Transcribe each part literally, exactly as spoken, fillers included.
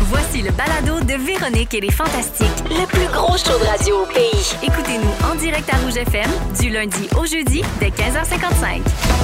Voici le balado de Véronique et les Fantastiques. Le plus gros show de radio au pays. Écoutez-nous en direct à Rouge F M du lundi au jeudi dès quinze heures cinquante-cinq.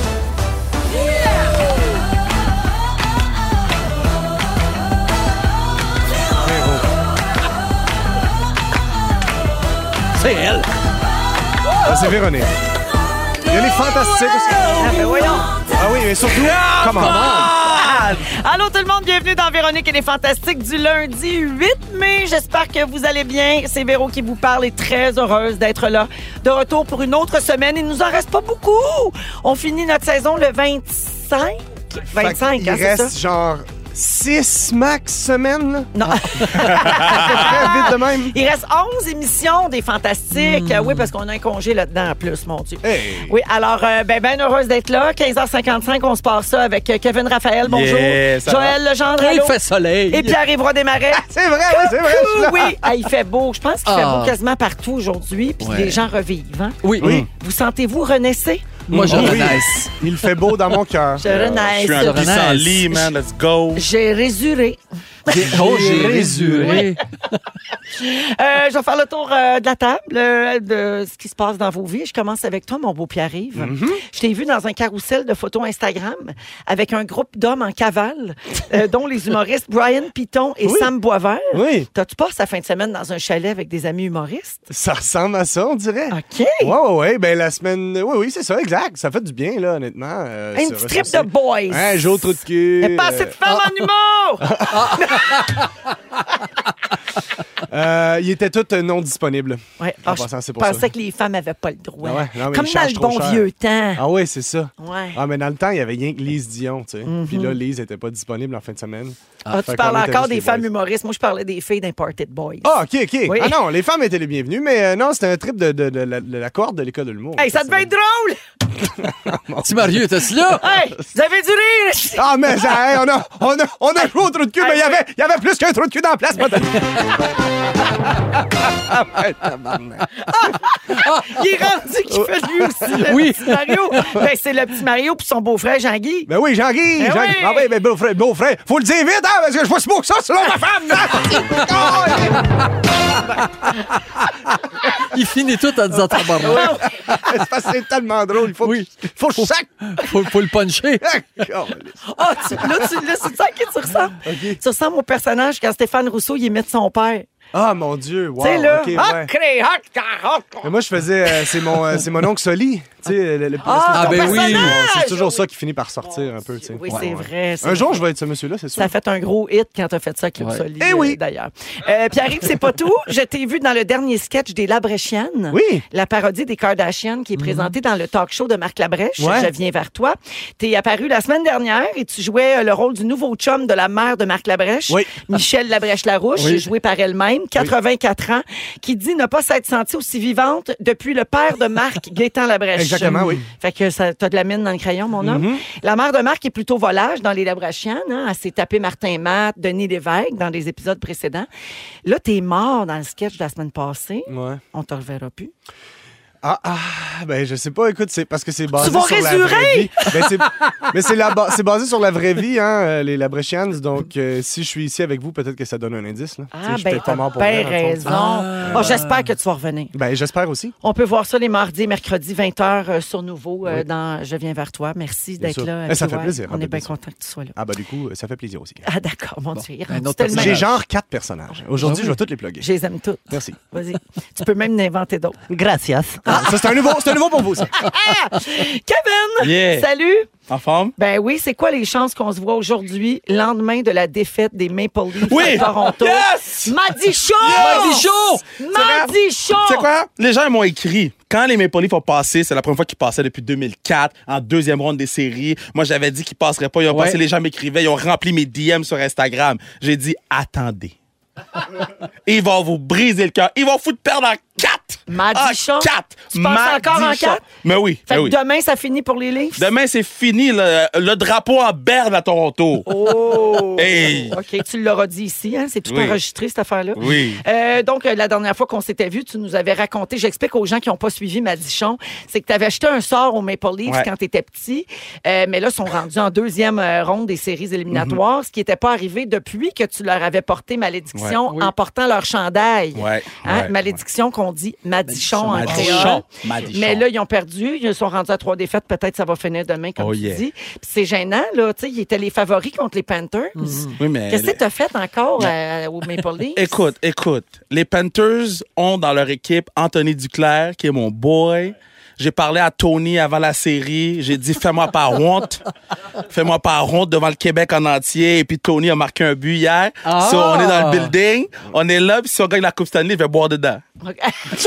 C'est elle. Ah, c'est Véronique. Il y a les Fantastiques aussi. Ah, ben voyons. Ah oui, mais surtout, comment Allô tout le monde, bienvenue dans Véronique et les Fantastiques du lundi huit mai. J'espère que vous allez bien. C'est Véro qui vous parle et très heureuse d'être là. De retour pour une autre semaine. Il nous en reste pas beaucoup. On finit notre saison le vingt-cinq. vingt-cinq, il hein, c'est reste ça? genre six max semaines. Là. Non. Très vite de même. Il reste onze émissions des Fantastiques. Mm. Oui, parce qu'on a un congé là-dedans en plus, mon Dieu. Hey. Oui, alors, euh, ben, ben heureuse d'être là. quinze heures cinquante-cinq, on se passe ça avec Kevin Raphaël. Bonjour. Yeah, ça Joël Legendre. Il allô? fait soleil. Et Pierre-Yves Roy Desmarais. C'est vrai, oui, c'est vrai. je suis là. Oui, ah, il fait beau. Je pense qu'il fait Ah. beau quasiment partout aujourd'hui. Puis Ouais. les gens revivent. Hein? Oui. Oui. Vous sentez-vous renaissez? Moi, je Oui. renaisse. Il fait beau dans mon cœur. Je renaisse. Je suis un Je renaisse. pissenlit, man. Let's go. J'ai résuré. Oh, j'ai résuré. Euh, je vais faire le tour euh, de la table, euh, de ce qui se passe dans vos vies. Je commence avec toi, mon beau Pierre-Yves. Mm-hmm. Je t'ai vu dans un carrousel de photos Instagram avec un groupe d'hommes en cavale, euh, dont les humoristes Brian Piton et Oui. Sam Boisvert. Oui. T'as-tu passé la fin de semaine dans un chalet avec des amis humoristes? Ça ressemble à ça, on dirait. OK. Ouais, ouais, ouais. Ben, la semaine. Oui, oui, c'est ça, exact. Ça fait du bien, là, honnêtement. euh, Un se petit trip ressourcer. de boys. Hein, j'ai au trou de cul. Et pas assez de femmes en humour! Euh, ils étaient tous euh, non disponibles. Ouais. En Ah, passant, c'est je pour pensais ça. que les femmes n'avaient pas le droit. Ah ouais, non, mais Comme ils dans chargent le trop bon cher. vieux temps. Ah oui, c'est ça. Ouais. Ah, mais dans le temps, il y avait rien que Lise Dion, tu sais. Puis là, Lise n'était pas disponible en fin de semaine. Ah, Fait tu qu'on parles était encore juste des les femmes boys. humoristes. Moi, je parlais des filles d'un party de boys. Ah, OK, OK. Oui. Ah non, les femmes étaient les bienvenues, mais euh, non, c'était un trip de, de, de, la- de la corde de l'école de l'humour. Hey, ça devait être drôle! Petit Mario, était-ce là? Hey, vous avez du rire! Ah, mais ça, hey, on a, on a, on a joué au trou de cul, Hey, mais il y oui. avait, il y avait plus qu'un trou de cul dans la place, madame. Il est rendu qu'il fait lui aussi le Oui. petit Mario. Ben, c'est le petit Mario puis son beau-frère Jean-Guy. Ben oui, Jean-Guy. Ben Jean-Guy. oui. Ah oui, ben beau frère, beau frère. Faut le dire vite, hein, parce que je vois ce mot que ça, selon ma femme. Il finit tout en disant tabarnak. C'est parce que c'est tellement drôle. Il faut, Oui. que- faut que je sac. Faut, faut le puncher. Ah, tu, là, tu, là, c'est ça à qui tu ressembles? Tu ressembles au personnage quand Stéphane Rousseau il imite son père. Ah, mon Dieu. Wow, tu sais, là. OK, Ah, ouais. cré, ah, ah, ah. Mais moi, je faisais. euh, c'est mon, euh, c'est mon oncle Soli. Tu sais, le, le, Ah, l'espèce ben de- oui. personnage! C'est toujours ça qui finit par sortir un peu, tu sais. Oui, Ouais, c'est ouais. vrai. c'est Un jour, vrai. je vais être ce monsieur-là, c'est sûr. Ça a fait un gros hit quand t'as fait ça, Club Ouais. Soli, Eh oui. euh, d'ailleurs. Euh, Pierre-Yves, c'est pas tout. Je t'ai vu dans le dernier sketch des Labrechiennes. Oui. La parodie des Kardashians qui est présentée dans le talk show de Marc Labrèche. Ouais. Je viens vers toi. T'es apparu la semaine dernière et tu jouais euh, le rôle du nouveau chum de la mère de Marc Labrèche, Oui. Michel Labrèche-Larouche, Oui. jouée par elle-même, quatre-vingt-quatre ans, qui dit ne pas s'être sentie aussi vivante depuis le père de Marc, Gaétan Labrèche. Exactement, oui. Fait que ça, t'as de la mine dans le crayon, mon homme. Mm-hmm. La mère de Marc est plutôt volage dans les Labrèchiennes. Hein? Elle s'est tapé Martin Matt, Denis Lévesque dans les épisodes précédents. Là, t'es mort dans le sketch de la semaine passée. Ouais. On te reverra plus. Ah, ah, ben je sais pas, écoute, c'est parce que c'est basé vas sur la résurer? vraie vie. Ben, c'est, mais c'est, la ba- c'est basé sur la vraie vie, hein, euh, les Labrechians. Donc, euh, si je suis ici avec vous, peut-être que ça donne un indice. Là. Tu sais, Ah, je suis ben, peut-être pas t'as mort pour bien vrai, dans le fond. raison. Ah. Oh, j'espère que tu vas revenir. Ben, j'espère aussi. On peut voir ça les mardis et mercredis, vingt heures euh, sur Nouveau euh, dans Je viens vers toi. Merci Bien d'être sûr. là. Eh, ça P Y. fait plaisir, On ah, est ben, bien bien sûr. content que tu sois là. Ah, ben, du coup, ça fait plaisir aussi. Ah, d'accord, mon Dieu. il est un rendu autre tellement- J'ai personnage. genre quatre personnages. Aujourd'hui, Ah oui. je vais tous les plugger. Je les aime toutes. Merci. Vas-y. Tu peux même en inventer d'autres. Gracias. Ah, ça, c'est un nouveau, c'est un nouveau pour vous, ça. Kevin! Yeah. Salut! En forme? Ben oui, c'est quoi les chances qu'on se voit aujourd'hui, lendemain de la défaite des Maple Leafs Oui! à Toronto? Yes! Mardi chaud! Mardi chaud! Mardi chaud! Tu sais quoi? Les gens ils m'ont écrit. Quand les Maple Leafs ont passé, c'est la première fois qu'ils passaient depuis deux mille quatre, en deuxième ronde des séries. Moi, j'avais dit qu'ils passeraient pas. Ils ont Ouais. passé, les gens m'écrivaient. Ils ont rempli mes D M sur Instagram. J'ai dit, attendez. Ils vont vous briser le cœur. Ils vont foutre perdre en quatre! Madichon? Ah, quatre! Tu penses encore en quatre? Mais oui, Fait mais que oui. demain, ça finit pour les Leafs? Demain, c'est fini, le, le drapeau en berne à Toronto. Oh! Hey! OK, tu l'auras dit ici, hein? C'est tout Oui. enregistré, cette affaire-là. Oui. Euh, donc, euh, la dernière fois qu'on s'était vu, tu nous avais raconté, j'explique aux gens qui n'ont pas suivi Madichon, c'est que tu avais acheté un sort aux Maple Leafs Ouais. quand tu étais petit, euh, mais là, ils sont rendus en deuxième euh, ronde des séries éliminatoires, ce qui n'était pas arrivé depuis que tu leur avais porté malédiction Ouais. en portant leur chandail. Ouais. Hein? ouais. Malédiction qu'on dit Madichon en Madichon. créole. Madichon. Mais là, ils ont perdu. Ils sont rendus à trois défaites. Peut-être ça va finir demain, comme Oh, tu yeah. dis. Puis c'est gênant, là. Tu sais, ils étaient les favoris contre les Panthers. Oui, mais Qu'est-ce que tu as fait encore euh, aux Maple Leafs? Écoute, écoute. Les Panthers ont dans leur équipe Anthony Duclair, qui est mon boy. J'ai parlé à Tony avant la série. J'ai dit, fais-moi pas honte. Fais-moi pas honte devant le Québec en entier. Et puis Tony a marqué un but hier. Ah! So, on est dans le building. On est là. Puis si on gagne la Coupe Stanley, je vais boire dedans. OK.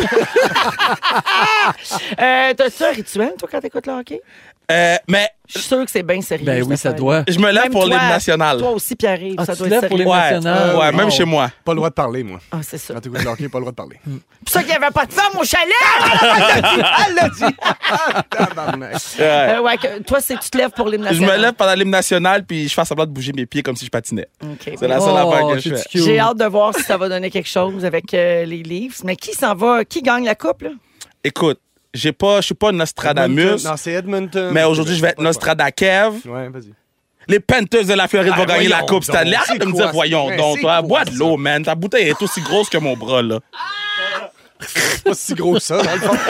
euh, T'as-tu un rituel, toi, quand t'écoutes le hockey? Euh, mais Je suis sûre que c'est bien sérieux. Ben oui, cette ça affaire-là. doit. je me lève Même pour toi, l'hymne national. Toi aussi, Pierre-Yves, Ah, ça tu doit te être lèves pour sérieux. l'hymne Ouais, national? ouais, même Wow. chez moi. Pas le droit de parler, moi. Ah, c'est ça. Quand tu écoutes le hockey, pas le droit de parler. C'est pour ça qu'il n'y avait pas de femme au chalet! Elle l'a dit! Tabarnak. Ouais. Euh, ouais, que- toi, c'est tu te lèves pour l'hymne Je national. me lève pendant l'hymne national, puis je fais semblant de bouger mes pieds comme si je patinais. OK. C'est la seule Oh, affaire que je c'est fais. cute. J'ai hâte de voir si ça va donner quelque chose avec euh, les Leafs. Mais qui s'en va? Qui gagne la coupe, là? Écoute, j'ai pas, je suis pas Nostradamus, Non, c'est Edmonton. mais aujourd'hui, je vais être Nostradakev. Ouais, vas-y. Les Panthers de la Floride Ah, vont gagner la voyons Coupe donc, Stanley. c'est Arrête de me quoi dire, ça? voyons Ouais, donc, c'est toi, quoi bois de ça? l'eau, man. Ta bouteille est aussi grosse que mon bras, là. C'est pas si gros que ça, dans le fond.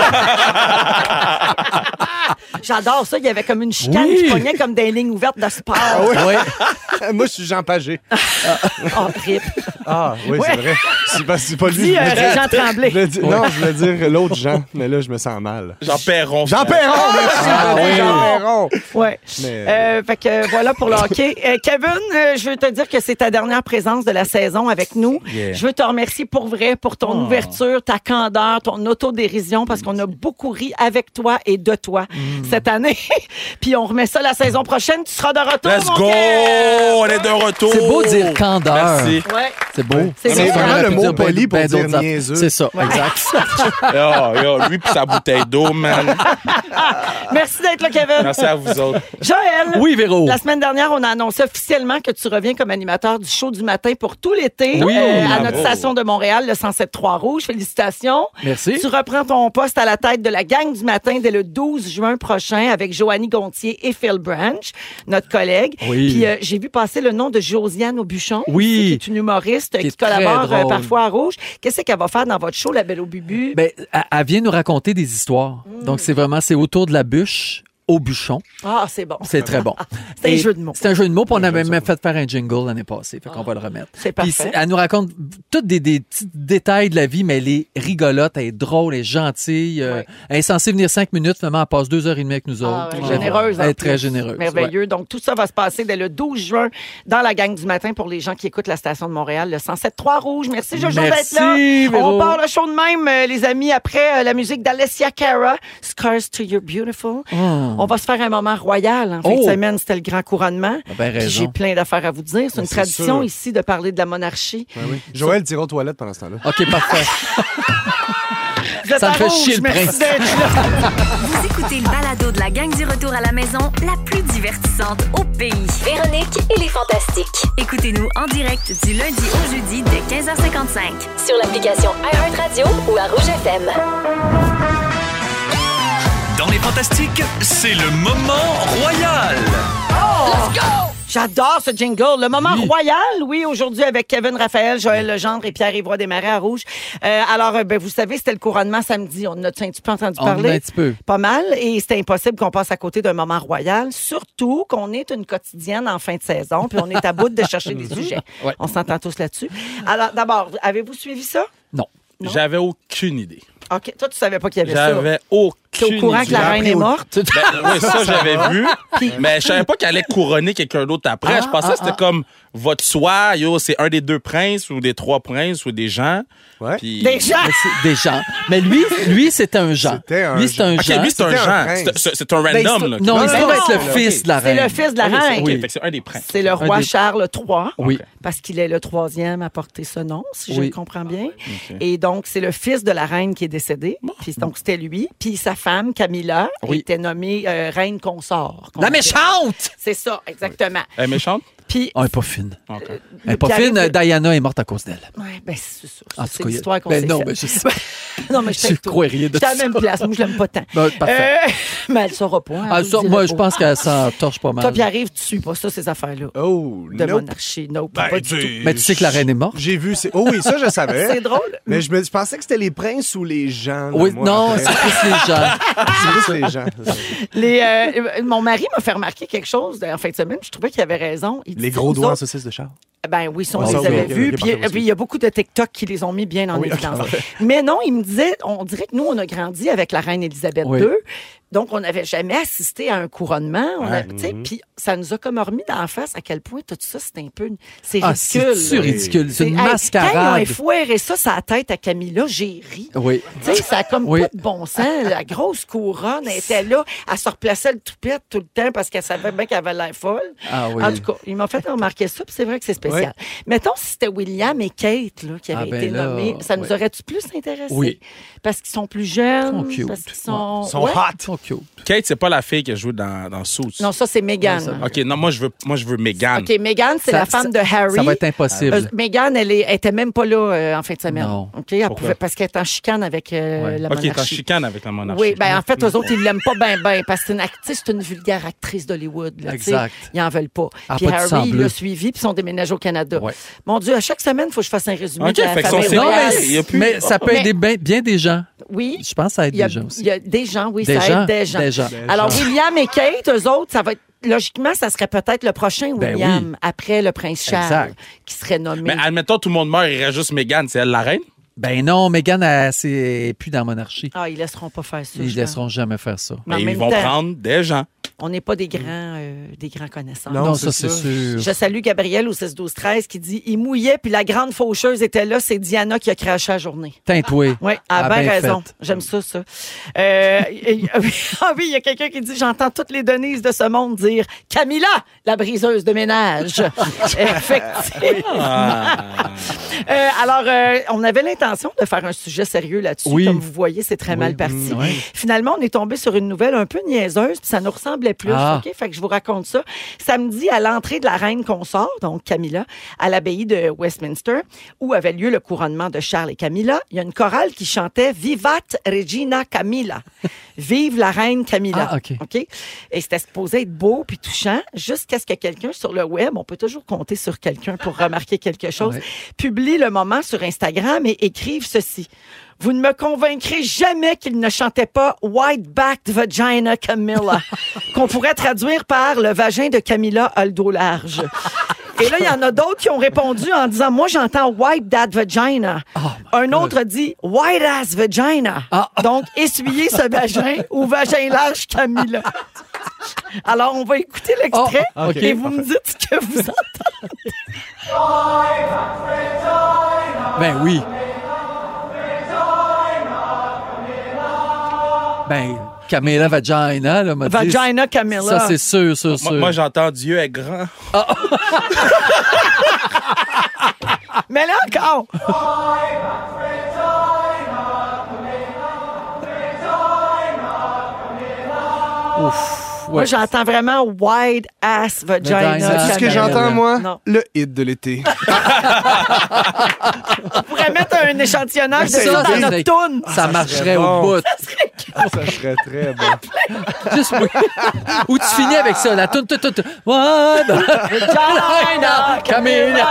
J'adore ça. Il y avait comme une chicane Oui. qui pognait comme des lignes ouvertes de sport. Ah oui? Ouais. Moi, je suis Jean Pagé. Oh, rip. Ah, oui, Ouais. c'est vrai. C'est pas, c'est pas lui. Dis, je euh, voulais dire- Régent Tremblay. je voulais dire- Non, je voulais dire l'autre Jean, mais là, je me sens mal. Jean Perron. Jean frère. Perron! Merci, Ah, je voulais dire oui. Jean Perron! Ouais. Mais- Euh, fait que euh, voilà pour le hockey. Euh, Kevin, euh, je veux te dire que c'est ta dernière présence de la saison avec nous. Yeah. Je veux te remercier pour vrai pour ton Oh. ouverture, ta candeur, ton autodérision parce qu'on a beaucoup ri avec toi et de toi cette année. Puis on remet ça la saison prochaine. Tu seras de retour. Let's mon go! Kev. On est de retour. C'est beau de dire candeur. Merci. Ouais. C'est beau. C'est C'est vrai. vraiment On le aurait pu mot dire ben- poli pour ben dire d'autres affaires. niaiseux. C'est ça, exact. Yo, yo, lui pis sa bouteille d'eau, man. Merci d'être là, Kevin. Merci à vous autres. Joël. Oui, Véro. La semaine dernière, on a annoncé officiellement que tu reviens comme animateur du show du matin pour tout l'été Oui, euh, à bravo. notre station de Montréal, le cent sept trois Rouge. Félicitations. Merci. Tu reprends ton poste à la tête de la gang du matin dès le douze juin prochain avec Joannie Gontier et Phil Branch, notre collègue. Oui. Puis euh, j'ai vu passer le nom de Josiane Aubuchon, Oui. qui est une humoriste Qui qui, est très collabore euh, drôle. parfois à Rouge. Qu'est-ce qu'elle va faire dans votre show, La Belle au Bubu? Ben, elle, elle vient nous raconter des histoires. Donc, c'est vraiment, c'est autour de la bûche au bûchon. Ah, c'est bon. C'est très bon. C'est un Et jeu de mots. C'est un jeu de mots, puis on avait même fait faire un jingle l'année passée. Fait qu'on va le remettre. C'est Puis parfait. elle nous raconte tous des, des petits détails de la vie, mais elle est rigolote, elle est drôle, elle est gentille. euh, Ouais. Elle est censée venir cinq minutes, finalement, elle passe deux heures et demie avec nous Ah, autres. ouais, Ouais. généreuse. Elle en est très plus. généreuse. Merveilleux. Donc, tout ça va se passer dès le douze juin dans la gang du matin pour les gens qui écoutent la station de Montréal, le cent sept trois Rouge. Merci, Jojo, d'être Merci, là. Véro. On part le show de même, euh, les amis, après euh, la musique d'Alessia Cara, Scars to Your Beautiful. On va se faire un moment royal. En fin Oh. de semaine, c'était le grand couronnement. Ah, ben Puis raison. j'ai plein d'affaires à vous dire. C'est une c'est tradition sûr. ici de parler de la monarchie. Ouais, oui. Joël tire aux toilettes pendant ce temps-là. OK, parfait. Vous êtes Ça me à fait Rouge. chier le Merci prince. d'être là. Vous écoutez le balado de la gang du retour à la maison, la plus divertissante au pays. Véronique et les Fantastiques. Écoutez-nous en direct du lundi au jeudi dès quinze heures cinquante-cinq. Sur l'application iHeartRadio ou à Rouge F M. Dans les Fantastiques, c'est le moment royal. J'adore ce jingle. Le moment Oui. royal, oui, aujourd'hui avec Kevin Raphaël, Joël Legendre et Pierre-Yves Desmarais à Rouge. Euh, alors, euh, ben, vous savez, c'était le couronnement samedi. On en a un petit peu entendu On en a parler. un petit peu. Pas mal. Et c'était impossible qu'on passe à côté d'un moment royal. Surtout qu'on est une quotidienne en fin de saison, puis on est à bout de chercher des sujets. Ouais. On s'entend tous là-dessus. Alors, d'abord, avez-vous suivi ça? Non. Non? J'avais aucune idée. OK. Toi, tu savais pas qu'il y avait ça. J'avais aucune Tu es au courant que idée. la reine est morte? Ben, oui, ça, j'avais vu. Mais je savais pas qu'elle allait couronner quelqu'un d'autre après. Ah, je pensais ah, que c'était ah. comme votre soir, yo, c'est un des deux princes ou des trois princes ou des gens. Ouais. Puis... Des gens! Mais c'est des gens. Mais lui, lui c'était un Jean. C'était un Lui, c'est un OK, Jean. lui, c'est un C'était un Jean. prince. C'est- C'est c'est un Ben, random. c'est- là. non, il se Non, trouve non, être le non, fils OK. de la C'est reine. le fils de la OK, reine. OK, Oui. fait que c'est un des princes. C'est le Un roi des- Charles trois. Oui. Parce qu'il est le troisième à porter ce nom, si je Oui. le comprends bien. OK. Et donc, c'est le fils de la reine qui est décédé. Puis donc, c'était lui. Puis sa femme, Camilla, Oui. était nommée euh, reine consort. qu'on La appelle. méchante! C'est ça, exactement. Elle est méchante? Puis, Ah, elle est pas fine. OK. Elle est pas Puis fine. arrive- Diana est morte à cause d'elle. ouais, ben, c'est ça. En C'est tout cas, l'histoire qu'on ben s'est non, faite. ben je sais. Non, mais je Je sais crois rien de J'étais à la ça. même place. Moi, je l'aime pas tant. Ben, parfait. Euh, mais elle saura pas. hein, Ah, elle ça, vous le moi, dira je pas. pense qu'elle s'en torche pas mal. Toi, Pierre-Yves, tu suis pas ça, ces affaires-là. Oh, De nope. monarchie. Non, Ben, pas du tu- tout. Mais tu sais que la reine est morte? J'ai vu. c'est- Oh oui, ça, je savais. C'est drôle. Mais je, me, je pensais que c'était les princes ou les gens. Oui, moi, non, après. c'est plus les gens. c'est plus les gens. c'est ça. Les, euh, mon mari m'a fait remarquer quelque chose en fin de semaine. Je trouvais qu'il avait raison. Il Les dit, gros nous doigts en autres- saucisse de Charles. Ben oui, ça, on Ah, les ça, oui, avait ok, vus. ok, Puis parfait, puis il y a beaucoup de TikTok qui les ont mis bien en Oui, ok, évidence. parfait. Mais non, il me disait, on dirait que nous, on a grandi avec la reine Élisabeth Oui. deux. Donc, on n'avait jamais assisté à un couronnement. On a- Ouais. tu sais, Puis ça nous a comme remis d'en face à quel point tout ça, c'est un peu... C'est Ah, ridicule. c'est là. ridicule. C'est une Hey, Quand ils mascarade. ont effoiré ça sur la tête à Camilla, j'ai ri. Oui. Tu sais, ça a comme Oui. pas de bon sens. La grosse couronne, elle était là, elle se replaçait le toupette tout le temps parce qu'elle savait bien qu'elle avait l'air folle. Ah oui. En tout cas, il m'a fait remarquer ça, puis c'est vrai que c'est spécial. Mettons si c'était William et Kate là, qui avaient Ah, ben été là, nommés, ça nous ouais. aurait-tu plus intéressé? Oui. Parce qu'ils sont plus jeunes, Ils sont cute. parce qu'ils sont... Ils sont Ouais. hot. Ils sont cute. Kate, c'est pas la fille qui joue dans, dans Suits. Non, ça, c'est Meghan. Ouais, ça- OK, non, moi, je veux, moi, je veux Meghan. OK, Meghan, c'est Ça- la femme ça- de Harry. Ça va être impossible. Euh, Meghan, elle, est, elle était même pas là euh, en fin de semaine. Non. OK, elle Pourquoi? pouvait, parce qu'elle est en chicane avec euh, Ouais. la OK, t'es en monarchie. chicane avec la monarchie. Oui, ben en fait, eux autres, ils l'aiment pas bien, bien, parce que c'est une, act- tu sais, c'est une vulgaire actrice d'Hollywood. Là, tu sais. Exact. Ils en veulent pas. Ah, Puis pas du sang Harry, il bleu. l'a suivi, puis ils sont déménagés au Canada. Ouais. Mon Dieu, à chaque semaine, il faut que je fasse un résumé OK, de la fait que famille son Non, royale. mais, Il y a plus- mais ça peut Mais- aider bien, bien des gens. Oui. Je pense que ça aide Il y, a, des gens aussi. il y a des gens, oui, Des ça gens, aide des gens. des gens. Alors, William et Kate, eux autres, ça va être... Logiquement, ça serait peut-être le prochain Ben William, oui. après le prince Charles, Exact. qui serait nommé. Mais admettons, tout le monde meurt, il reste juste Meghan. C'est elle la reine? Ben non, Meghan, elle, c'est plus dans la monarchie. Ah, ils laisseront pas faire ça. Ils je ne laisseront jamais faire ça. Mais en Mais ils même vont temps, prendre des gens. On n'est pas des grands, euh, des grands connaisseurs. Non, c'est ça, c'est ça. sûr. Je salue Gabriel au six douze treize qui dit « Il mouillait, puis la grande faucheuse était là. C'est Diana qui a craché la journée. » Teinte-toi. Oui, elle a Ah, bien bien raison. fait. J'aime ça, ça. Euh, et- ah oui, il y a quelqu'un qui dit « J'entends toutes les Denise de ce monde dire « Camilla, la briseuse de ménage. » Effectivement. Ah. Euh, alors, euh, on avait l'intention de faire un sujet sérieux là-dessus. Oui. Comme vous voyez, c'est très Oui. mal parti. Mm, ouais. Finalement, on est tombé sur une nouvelle un peu niaiseuse, puis ça nous ressemblait plus. Ah. OK? Fait que je vous raconte ça. Samedi, à l'entrée de la reine consort, donc Camilla, à l'abbaye de Westminster, où avait lieu le couronnement de Charles et Camilla, il y a une chorale qui chantait « Vivat Regina Camilla ». Vive la reine Camilla. Ah, OK. OK? Et c'était supposé être beau puis touchant, jusqu'à ce que quelqu'un sur le web, on peut toujours compter sur quelqu'un pour remarquer quelque chose, Ouais. publie le moment sur Instagram et écrive ceci. Vous ne me convaincrez jamais qu'il ne chantait pas Wide-backed Vagina Camilla, qu'on pourrait traduire par le vagin de Camilla a le dos large. Et là, il y en a d'autres qui ont répondu en disant, moi, j'entends Wipe that vagina. Un autre a dit Wide ass vagina. Ah. Donc, essuyez ce vagin ou vagin large Camilla. Alors, on va écouter l'extrait Oh, OK. et vous me dites ce que vous entendez. Ben oui. Ben, Camilla Vagina, là, m'a dit. Vagina Camilla. Ça, c'est sûr, sûr, Moi, sûr. moi, j'entends Dieu est grand. Mais là encore. Ouf. Moi, Ouais. j'entends vraiment wide ass vagina. Vagina. C'est ce que Camilla. j'entends, moi? Non. Le hit de l'été. On pourrait mettre un échantillonnage de Ça, ça dans c'est- notre toune. Ça marcherait bon. au bout. Ça serait très bon. Juste, oui. Ou tu finis avec ça, la toune, tout, tout, tout. What? Vagina Camilla.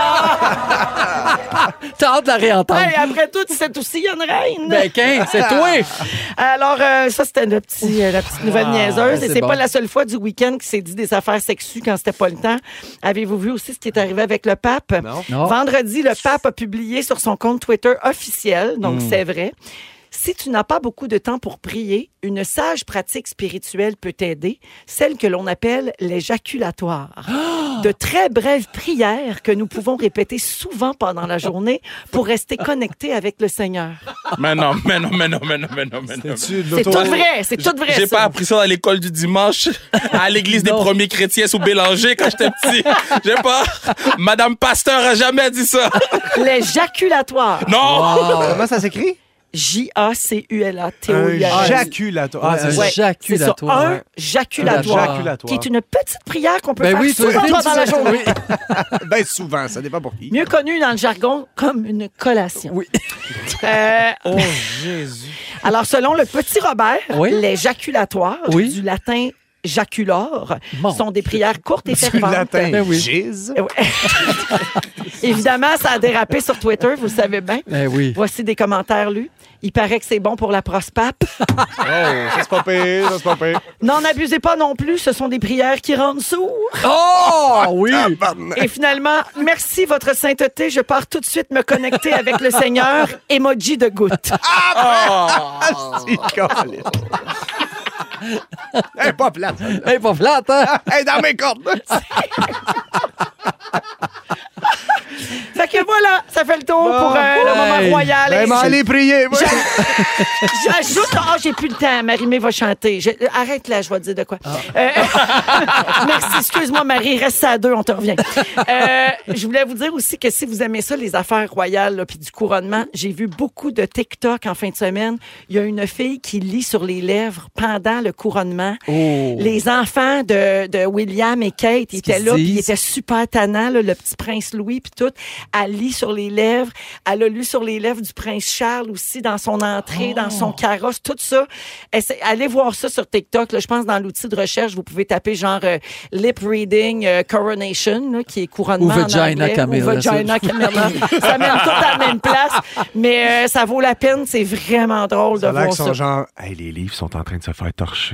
T'as hâte de la réentendre. Hey, après tout, c'est aussi il y a une reine. Ben, quinze, c'est toi. Alors, euh, ça, c'était le petit, euh, la petite nouvelle niaiseuse. ben, Et c'est c'est bon. pas la seule fois du week-end qui s'est dit des affaires sexues quand c'était pas le temps. Avez-vous vu aussi ce qui est arrivé avec le pape? Non. Non. Vendredi, le pape a publié sur son compte Twitter officiel, donc Hmm. c'est vrai. Si tu n'as pas beaucoup de temps pour prier, une sage pratique spirituelle peut t'aider, celle que l'on appelle l'éjaculatoire. De très brèves prières que nous pouvons répéter souvent pendant la journée pour rester connectés avec le Seigneur. Mais non, mais non, mais non, mais non, mais non, mais non. C'est-tu de C'est tout l'auto- vrai, c'est tout vrai. J'ai ça. pas appris ça dans l'école du dimanche, à l'église des Non. premiers chrétiens sous Bélanger quand j'étais petit. J'ai pas. Madame Pasteur a jamais dit ça. L'éjaculatoire. Non! Comment ça s'écrit? J A C U L A T O Un I A. jaculatoire. Ah, Ah, un c'est Ouais, jaculatoire. c'est ça, un Ouais. jaculatoire. Jaculatoire. Qui est une petite prière qu'on peut Ben faire oui, souvent toi, dans la tu- journée. oui. Ben souvent, ça dépend pour qui. Mieux connu dans le jargon comme une collation. Oui. Euh, Oh, Jésus. alors, selon le petit Robert, Oui. les jaculatoires, Oui. du latin jaculor, Mon sont des prières courtes et Du ferventes. latin. Ben oui. Jizz. Ouais. Évidemment, ça a dérapé sur Twitter, vous le savez bien. Ben oui. Voici des commentaires lus. Il paraît que c'est bon pour la prostate. Oh, ça c'est pas pire, ça c'est pas pire. N'en abusez pas non plus, ce sont des prières qui rendent sourd. Oh, oui. Et finalement, merci votre sainteté, je pars tout de suite me connecter avec le Seigneur. Emoji de goutte. C'est calé. Elle est pas plate. Elle est pas plate, hein? Elle est dans mes cordes. Fait que voilà, ça fait le tour pour euh, le moment ouais. royal. Ben, Et m'en allez prier. moi. J'ajoute, ah, j'ai plus le temps. Marie-Mé va chanter. Je- arrête là, je vais te dire de quoi. Euh, merci, excuse-moi, Marie. Reste à deux, on te revient. Euh, je voulais vous dire aussi que si vous aimez ça, les affaires royales là, puis du couronnement, j'ai vu beaucoup de TikTok en fin de semaine. Il y a une fille qui lit sur les lèvres pendant le couronnement. Oh. Les enfants de, de William et Kate étaient qu'ils là, puis ils disent. étaient super tannants, là, le petit prince Louis, puis tout. Elle lit sur les lèvres. Elle a lu sur les lèvres du prince Charles aussi, dans son entrée, dans son carrosse, tout ça. Essa- Allez voir ça sur TikTok. Là, je pense dans l'outil de recherche, vous pouvez taper genre euh, lip reading euh, coronation, là, qui est couronnement Ou en vagina anglais. Camilla, Ou vagina ça. Camilla. Ça mène tout à la même place. Mais euh, ça vaut la peine. C'est vraiment drôle Ça de a l'air voir qu'ils ça. sont genre, hey, les livres sont en train de se faire torcher.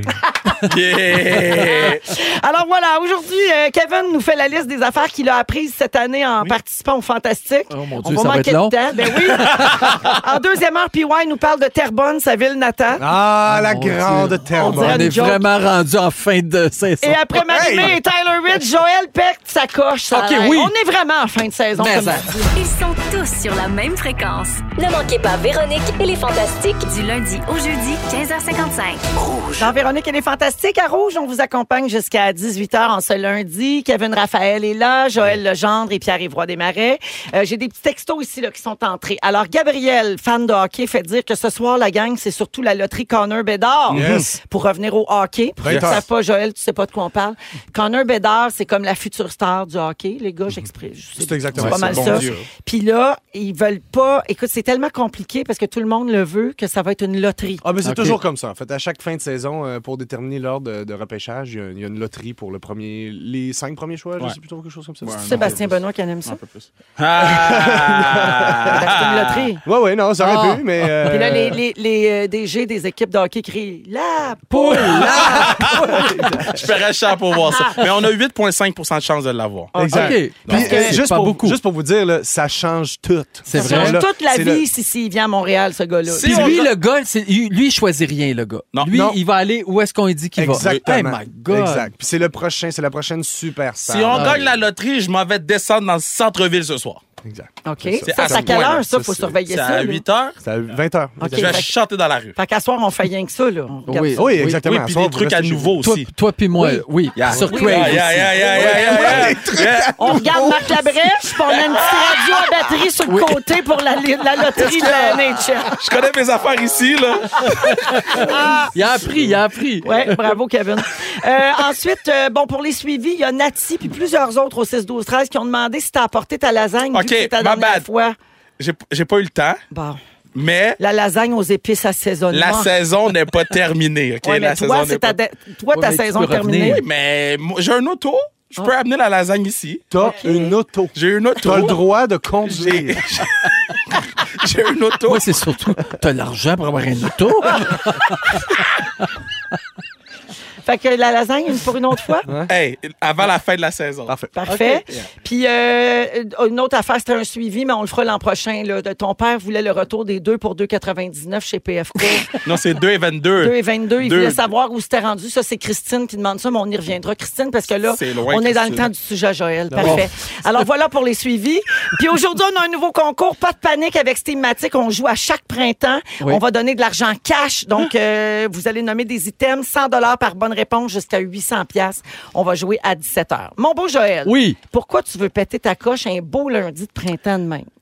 Yeah. Alors voilà, aujourd'hui, euh, Kevin nous fait la liste des affaires qu'il a apprises cette année en participant au Fantastique. Oh mon On Dieu, va ça va manquer être long. de temps. Ben oui. En deuxième heure, P Y nous parle de Terrebonne, sa ville natale. Ah, la mon grande Dieu. terre. On dirait On est une joke. vraiment rendu en fin de saison. Et après Marie-Mé Hey! et Tyler Rich, Joël pète sa coche. ça a OK, l'air. oui. On est vraiment en fin de saison. Mais comme ça- tu dis. Ils sont tous sur la même fréquence. Ne manquez pas Véronique et les Fantastiques. Du lundi au jeudi, quinze heures cinquante-cinq. Dans Véronique et les Fantastiques, à Rouge, on vous accompagne jusqu'à dix-huit heures en ce lundi. Kevin Raphaël est là, Joël Legendre et Pierre-Yves Desmarais. Euh, J'ai des petits textos ici là, qui sont entrés. Alors, Gabriel, fan de hockey, fait dire que ce soir, la gang, c'est surtout la loterie Connor Bedard. Yes. Pour revenir au hockey. Pour ceux qui ne savent pas, Joël, tu sais pas de quoi on parle. Connor Bedard, c'est comme la future star du hockey. Les gars, j'exprime. C'est exactement pas ça. mal Bon ça. Dieu. Puis là, ils veulent pas... Écoute, c'est tellement compliqué parce que tout le monde le veut que ça va être une loterie. Ah, mais c'est OK. toujours comme ça. En fait, à chaque fin de saison, euh, pour déterminer l'ordre de, de repêchage, il y, a- il y a une loterie pour le premier, les cinq premiers choix, je Ouais. sais plutôt quelque chose comme ça. Ouais, Sébastien Benoît qui en aime ça. Un peu plus. Ah! C'est une loterie. Ouais, ouais, non, ça aurait Ah. pu, mais. euh, Puis là, les, les, les euh, D G des équipes de hockey crient « La Poule! Je paierais cher pour voir ça. Mais on a huit virgule cinq pour cent de chance de l'avoir. Exact. OK. Puis, Parce euh, que c'est juste, pas pour, beaucoup. juste pour vous dire, là, ça change tout. C'est Ça vrai. change Là, toute la c'est vie le- si s'il vient à Montréal, ce gars-là. Si Puis on lui, a- le gars, c'est- lui, il choisit rien, le gars. Non. Lui, Non. il va aller où est-ce qu'on dit qu'il va. Exactement. Hey my God. Exact. Puis c'est le prochain, c'est la prochaine superstar. Si on Ah, gagne oui. la loterie, je m'en vais descendre dans le centre-ville ce soir. Exact. OK. C'est Ça, à c'est à ce quelle point-là. heure, ça? Ça, Faut c'est- surveiller C'est ça. à là. huit heures. C'est à vingt heures. OK. Je vais Fait- chanter dans la rue. Fait qu'à soir, on fait rien que ça, là. On regarde Oui. ça. Oui, exactement. Oui, puis Ça, des vous trucs à restez chez nouveau Toi, aussi. toi puis moi, oui. Yeah. Sur Oui. Crave Yeah, aussi. yeah, yeah, yeah, yeah, yeah, yeah. On regarde Marc Labrèche, puis on a une petite radio à batterie sur le côté pour la, li- la loterie de la N H L. Je connais mes affaires ici, là. Il a appris, il a appris. Ouais, bravo, Kevin. Euh, ensuite, euh, bon, pour les suivis, il y a Nati puis plusieurs autres au six douze treize qui ont demandé si t'as apporté ta lasagne. vu OK, que c'est ta my dernière bad. fois. J'ai j'ai pas eu le temps, Bon. mais La lasagne aux épices assaisonnées. la saison n'est pas terminée. OK? Ouais, mais la toi, saison c'est n'est ta, pas... de- toi, Ouais, ta mais tu saison peux est terminée. revenir. Oui, mais moi, j'ai un auto. Je peux amener la lasagne ici. T'as une auto. J'ai une auto. T'as le droit de J'ai conduire. j'ai une auto. Moi, c'est surtout, t'as l'argent pour avoir un auto. Fait que la lasagne, une pour une autre fois. Hey, avant la fin de la saison. Parfait. Parfait. OK. Puis euh, une autre affaire, c'était un suivi, mais on le fera l'an prochain. Là. De- Ton père voulait le retour des deux pour deux quatre-vingt-dix-neuf chez P F K. Non, c'est deux et vingt-deux. deux et vingt-deux. Il Deux. voulait savoir où c'était rendu. Ça, c'est Christine qui demande ça, mais on y reviendra. Christine, parce que là, C'est loin, on est dans le Christine. temps du sujet à Joël. Parfait. Alors voilà pour les suivis. Puis aujourd'hui, on a un nouveau concours. Pas de panique avec Steamatic. On joue à chaque printemps. Oui. On va donner de l'argent cash. Donc, euh, vous allez nommer des items. cent dollars par bonne réponse jusqu'à huit cents piastres. On va jouer à dix-sept heures. Mon beau Joël. Oui. Pourquoi tu veux péter ta coche un beau lundi de printemps de même?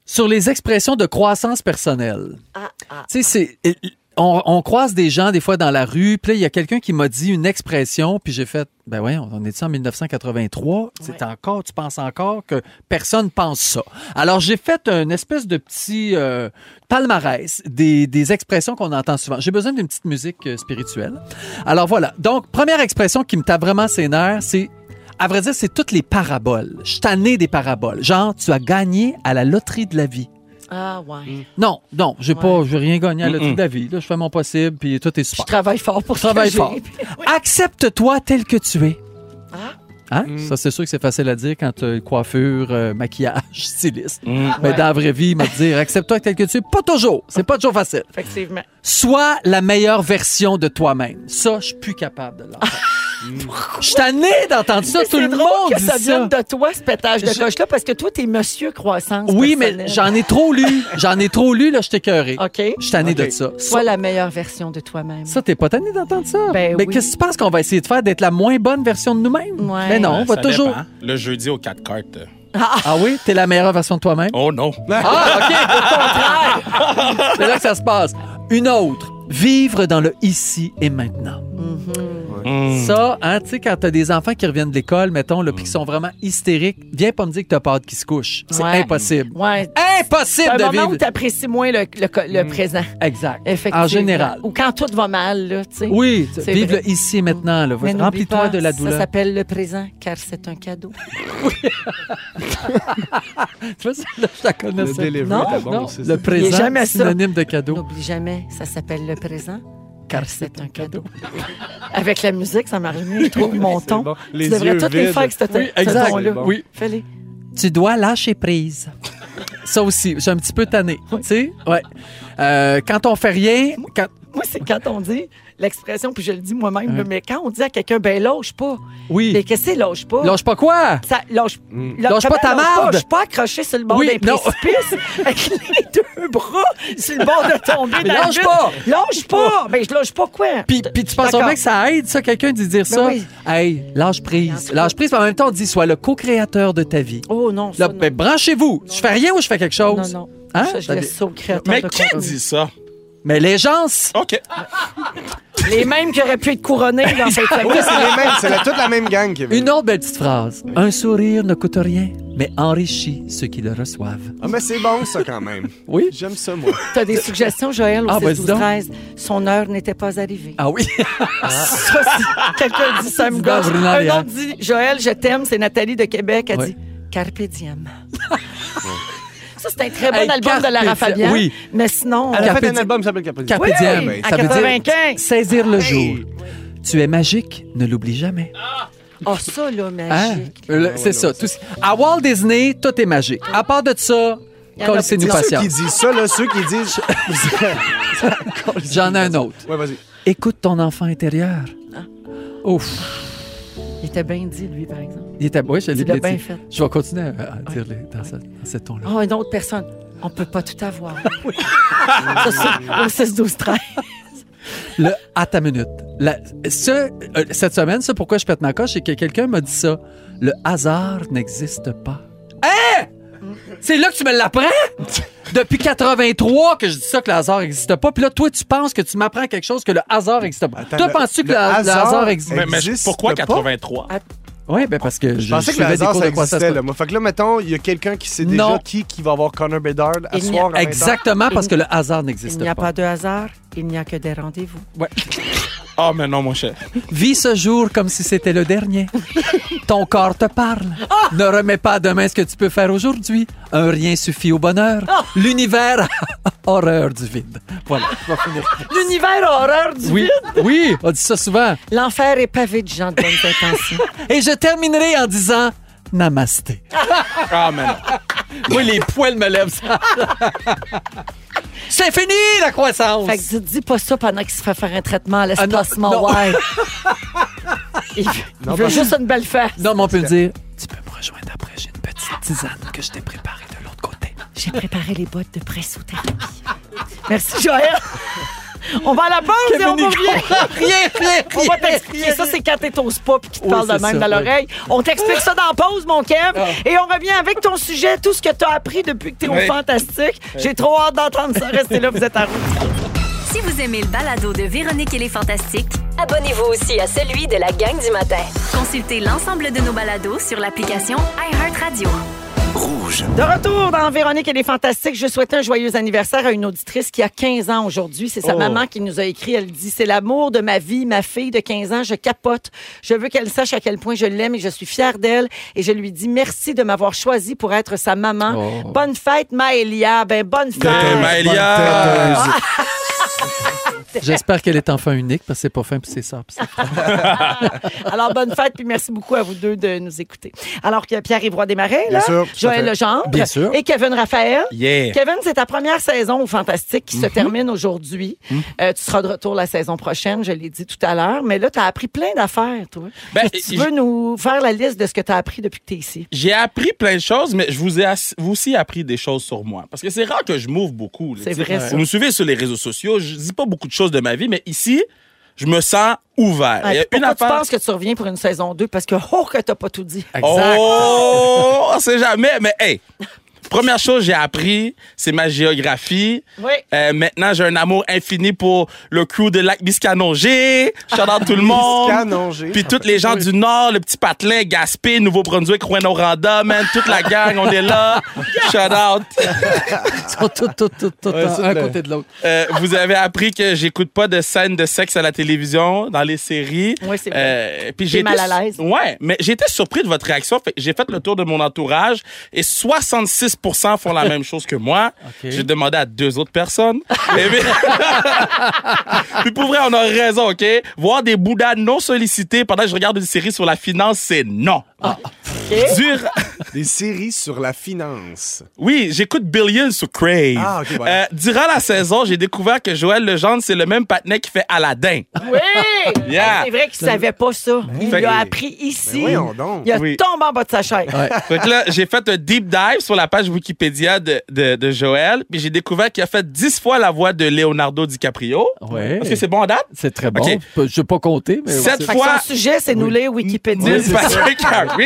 sur les expressions de croissance personnelle. Ah, ah. Tu sais, c'est... On, on croise des gens des fois dans la rue, puis là, il y a quelqu'un qui m'a dit une expression, puis j'ai fait, ben voyons, on est en dix-neuf cent quatre-vingt-trois, c'est Ouais. encore, tu penses encore que personne pense ça. Alors, j'ai fait une espèce de petit euh, palmarès des, des expressions qu'on entend souvent. J'ai besoin d'une petite musique euh, spirituelle. Alors voilà, donc, première expression qui me tape vraiment ses nerfs, c'est, à vrai dire, c'est toutes les paraboles. Je suis tanné des paraboles. Genre, tu as gagné à la loterie de la vie. Ah, ouais. Non, non, j'ai Ouais. pas, j'ai rien gagné à la Mm-mm. loterie de la vie. Là, je fais mon possible, puis tout est Je super. travaille fort pour Je travaille ce que fort. j'ai. Accepte-toi tel que tu es. Ah. Hein? Ça, c'est sûr que c'est facile à dire quand tu as coiffure, euh, maquillage, styliste. Mm. Mais Ouais. dans la vraie vie, il m'a dit accepte-toi tel que tu es. Pas toujours. C'est pas toujours facile. Effectivement. Sois la meilleure version de toi-même. Ça, je suis plus capable de l'entendre. Je suis tanné d'entendre ça. Mais Tout le c'est drôle monde que dit ça ça. vienne de toi, ce pétage de Je- coche-là, parce que toi, t'es monsieur croissance. Oui, mais personnelle. j'en ai trop lu. J'en ai trop lu, là, je t'ai écœuré. OK. Je suis tanné OK. de ça. Sois la meilleure version de toi-même. Ça, t'es pas tanné d'entendre ça? Ben mais oui. qu'est-ce que tu penses qu'on va essayer de faire, d'être la moins bonne version de nous-mêmes? Ouais. Mais non, on va Ça toujours... dépend. Le jeudi aux quatre cartes. euh, Ah oui? T'es la meilleure version de toi-même? Oh non. Ah, OK, au contraire! C'est là que ça se passe. Une autre, vivre dans le ici et maintenant. Mm. Ça, hein, tu sais, quand t'as des enfants qui reviennent de l'école, mettons, là, puis qui sont vraiment hystériques, viens pas me dire que t'as pas hâte qu'ils se couchent. C'est Ouais. impossible. Ouais. Impossible C'est un de moment vivre. où tu apprécies moins le, le, co- le présent. Exact. Effectivement. En général. Ou quand tout va mal, là, tu sais. Oui, C'est vive vrai. le ici et maintenant. Là. Mais n'oublie Remplis-toi pas, de la ça douleur. s'appelle le présent, car c'est un cadeau. Tu vois, ça, là, je la Le connaissais. delivery Non, était bon Non, aussi. le ça. présent, Il est jamais ça. synonyme de cadeau. N'oublie jamais, ça s'appelle le présent, Car car c'est un cadeau. Avec la musique, ça marche bien. Je trouve mon C'est ton. bon. Tu Les devrais yeux toutes les vides. faire avec ce, Oui, ce exact. ton-là. C'est bon. Oui. Fais-les. Tu dois lâcher prise. Ça aussi, j'ai un petit peu tanné. Tu sais, ouais. Euh, quand on fait rien, quand... Moi, c'est quand on dit l'expression, puis je le dis moi-même, Ouais. mais quand on dit à quelqu'un, ben lâche pas. oui, Mais qu'est-ce que c'est, lâche pas? lâche pas quoi? Ça, lâche, Lâche pas ta comment lâche marde. Je suis pas accroché sur le bord Oui, des non. précipices avec les deux bras sur le bord de tomber Mais dans lâche le vide. pas. Lâche pas! Ben, je lâche pas quoi? Puis, puis tu penses D'accord. bien que ça aide, ça, quelqu'un de dire ça? oui. Hey, lâche prise. Lâche prise, mais en même temps, on dit sois le co-créateur de ta vie. Oh non, ça, Là, non. ben, branchez-vous. Je fais rien ou je fais quelque chose? non, non. Hein? Ça, je T'as laisse des- ça au créateur Mais de qui contenu. dit ça? Mais les gens, OK. Les mêmes qui auraient pu être couronnés dans cette Oui, semaine. c'est les mêmes. C'est la- toute la même gang, Kevin. une autre belle petite phrase. Un sourire ne coûte rien, mais enrichit ceux qui le reçoive. Ah, mais c'est bon, ça, quand même. Oui? J'aime ça, moi. T'as des suggestions, Joël, au Ah, six vas-y douze donc. treize. Son heure n'était pas arrivée. Ah oui? Ça, c'est- quelqu'un dit ça me Dis donc, gosse. Bruno Un Léa. autre dit Joël, je t'aime. C'est Nathalie de Québec. Elle Ouais. dit Carpe diem. Ça, c'est un très bon Hey, album de Lara Carpe diem. Fabian. Oui. Mais sinon, Elle a Carpe fait un diem. album qui s'appelle Carpe diem. Carpe Oui, diem. en Ça veut quatre-vingt-quinze. dire saisir le jour. Tu es magique, ne l'oublie jamais. oh, ça, là, Hein? magique. Euh, le- c'est ça. Tout- à Walt Disney, tout est magique. À part de ça, y en a c'est nous C'est ceux patience. qui disent ça, là, ceux qui disent... J'en ai un autre. Ouais, vas-y. Écoute ton enfant intérieur. Ouf. Il était bien dit, lui, par exemple. Il était... Oui, je l'ai Tu l'as dit. bien fait. Je vais continuer à, à dire les- dans, ce, dans ce ton-là. Oh, une autre personne. On peut pas tout avoir. Ça, c'est au six douze treize. Le à ta minute. La- ce, euh, cette semaine, ça, pourquoi je pète ma coche, c'est que quelqu'un m'a dit ça. Le hasard n'existe pas. Hein? C'est là que tu me l'apprends? Depuis quatre-vingt-trois que je dis ça, que le hasard n'existe pas. Puis là, toi, tu penses que tu m'apprends quelque chose que le hasard n'existe pas. Attends, toi, le- penses-tu que le le, le hasard hasard existe? Mais, mais Existe pourquoi pas? quatre-vingt-trois? Oui, ben parce que je, Je pensais que le suivais des hasard, cours ça de croissance. existait, là. Moi, fait que là, mettons, il y a quelqu'un qui sait déjà Non. qui, qui va avoir Connor Bedard à Il n'y a- soir à vingt heures. Exactement, parce Il- que le hasard Il n'existe n'y a pas. pas de hasard, il n'y a que des rendez-vous. Ouais. Ah, mais non, mon cher. Vis ce jour comme si c'était le dernier. Ton corps te parle. Ne remets pas à demain ce que tu peux faire aujourd'hui. Un rien suffit au bonheur. L'univers a horreur du vide. Voilà, je vais finir. L'univers a horreur du Oui, vide. oui, on dit ça souvent. L'enfer est pavé de gens de bonnes intentions. Et je terminerai en disant Namasté. Ah, mais non. Moi, les poils me lèvent ça. C'est fini, la croissance. Fait que dis, dis pas ça pendant qu'il se fait faire un traitement à l'espacement Ah, non, non. wide. Il, il veut juste une belle face. Non, mais on peut dire tu peux me rejoindre après, j'ai une petite tisane que je t'ai préparée de l'autre côté. J'ai préparé les bottes de pressothérapie. Merci, Joël. On va à la pause et on Kevin revient. rien, rien, On va rien, t'expliquer rien. ça, c'est quand t'es au spa puis qu'il te Oui, parle de c'est même ça, dans oui. l'oreille. On t'explique ça dans la pause, mon Kev. Et on revient avec ton sujet, tout ce que t'as appris depuis que t'es au Oui. Fantastique. J'ai trop hâte d'entendre ça. Restez là, vous êtes à Rouge. Si vous aimez le balado de Véronique et les Fantastiques, Abonnez-vous aussi à celui de la gang du matin. consultez l'ensemble de nos balados sur l'application iHeartRadio. Rouge. De retour dans Véronique et les Fantastiques, je souhaite un joyeux anniversaire à une auditrice qui a quinze ans aujourd'hui. C'est sa Oh. maman qui nous a écrit. Elle dit « C'est l'amour de ma vie, ma fille de quinze ans. Je capote. Je veux qu'elle sache à quel point je l'aime et je suis fière d'elle. Et je lui dis merci de m'avoir choisi pour être sa maman. Oh. Bonne fête, Maëlia. Ben, bonne fête. Hey, Maëlia. Bonne tête, J'espère qu'elle est enfant unique parce que c'est pas fin puis c'est ça. puis c'est- Alors, bonne fête, puis merci beaucoup à vous deux de nous écouter. Alors que Pierre-Yves Roy Desmarais, là, Bien sûr, tout à Joël fait. Legendre Bien sûr. et Kevin Raphaël. Yeah. Kevin, c'est ta première saison au Fantastique qui se termine aujourd'hui. Euh, tu seras de retour la saison prochaine, je l'ai dit tout à l'heure. Mais là, tu as appris plein d'affaires, toi. Ben, tu j- veux nous faire la liste de ce que tu as appris depuis que tu es ici? J'ai appris plein de choses, mais je vous ai ass- vous aussi appris des choses sur moi. Parce que c'est rare que je m'ouvre beaucoup. là, C'est tu sais. vrai, ça. Vous me suivez sur les réseaux sociaux, je dis pas beaucoup de choses de ma vie, mais ici, je me sens ouvert. Ouais, Il y a puis une pourquoi tu affaire... penses que tu reviens pour une saison deux? Parce que, oh, que t'as pas tout dit. Exact. Oh, on sait jamais, mais hey, première chose que j'ai appris, c'est ma géographie. Oui. Euh, maintenant, j'ai un amour infini pour le crew de Lac-Biscanongé. Shout out tout le monde. Canongé. Puis tous les gens du Nord, le petit patelin, Gaspé, Nouveau-Brunswick, Rouyn-Noranda, man, toute la gang, on est là. Shout out. Ils sont tous, tous, tous, tous, Ouais, un ça, à le- côté de l'autre. Euh, vous avez appris que j'écoute pas de scènes de sexe à la télévision, dans les séries. Oui, c'est vrai. Euh, puis T'es j'ai mal été- à l'aise. Ouais, mais j'ai été surpris de votre réaction. Fait que j'ai fait le tour de mon entourage et soixante-six pour cent font la même chose que moi. OK. J'ai demandé à deux autres personnes. Et puis... puis pour vrai, on a raison, OK? Voir des bouddhas non sollicités pendant que je regarde une série sur la finance, c'est non. OK? Dur... Des séries sur la finance. Oui, j'écoute Billions sur Crave. Ah, OK, voilà. Euh, durant la saison, j'ai découvert que Joël Legendre, c'est le même patinet qui fait Aladdin. Oui! Yeah. C'est vrai qu'il savait pas ça. Il Fait- l'a appris ici. Ben voyons donc. Il a Oui. tombé en bas de sa chaise. Fait que là, j'ai fait un deep dive sur la page Wikipédia de, de, de Joël, puis j'ai découvert qu'il a fait dix fois la voix de Leonardo DiCaprio. Ouais. Est-ce que c'est bon à date? C'est très bon. OK. Je ne vais pas compter, mais. Sept c'est- Fait que fois- son sujet, c'est nous lire Wikipédia. Neil Patrick Harris.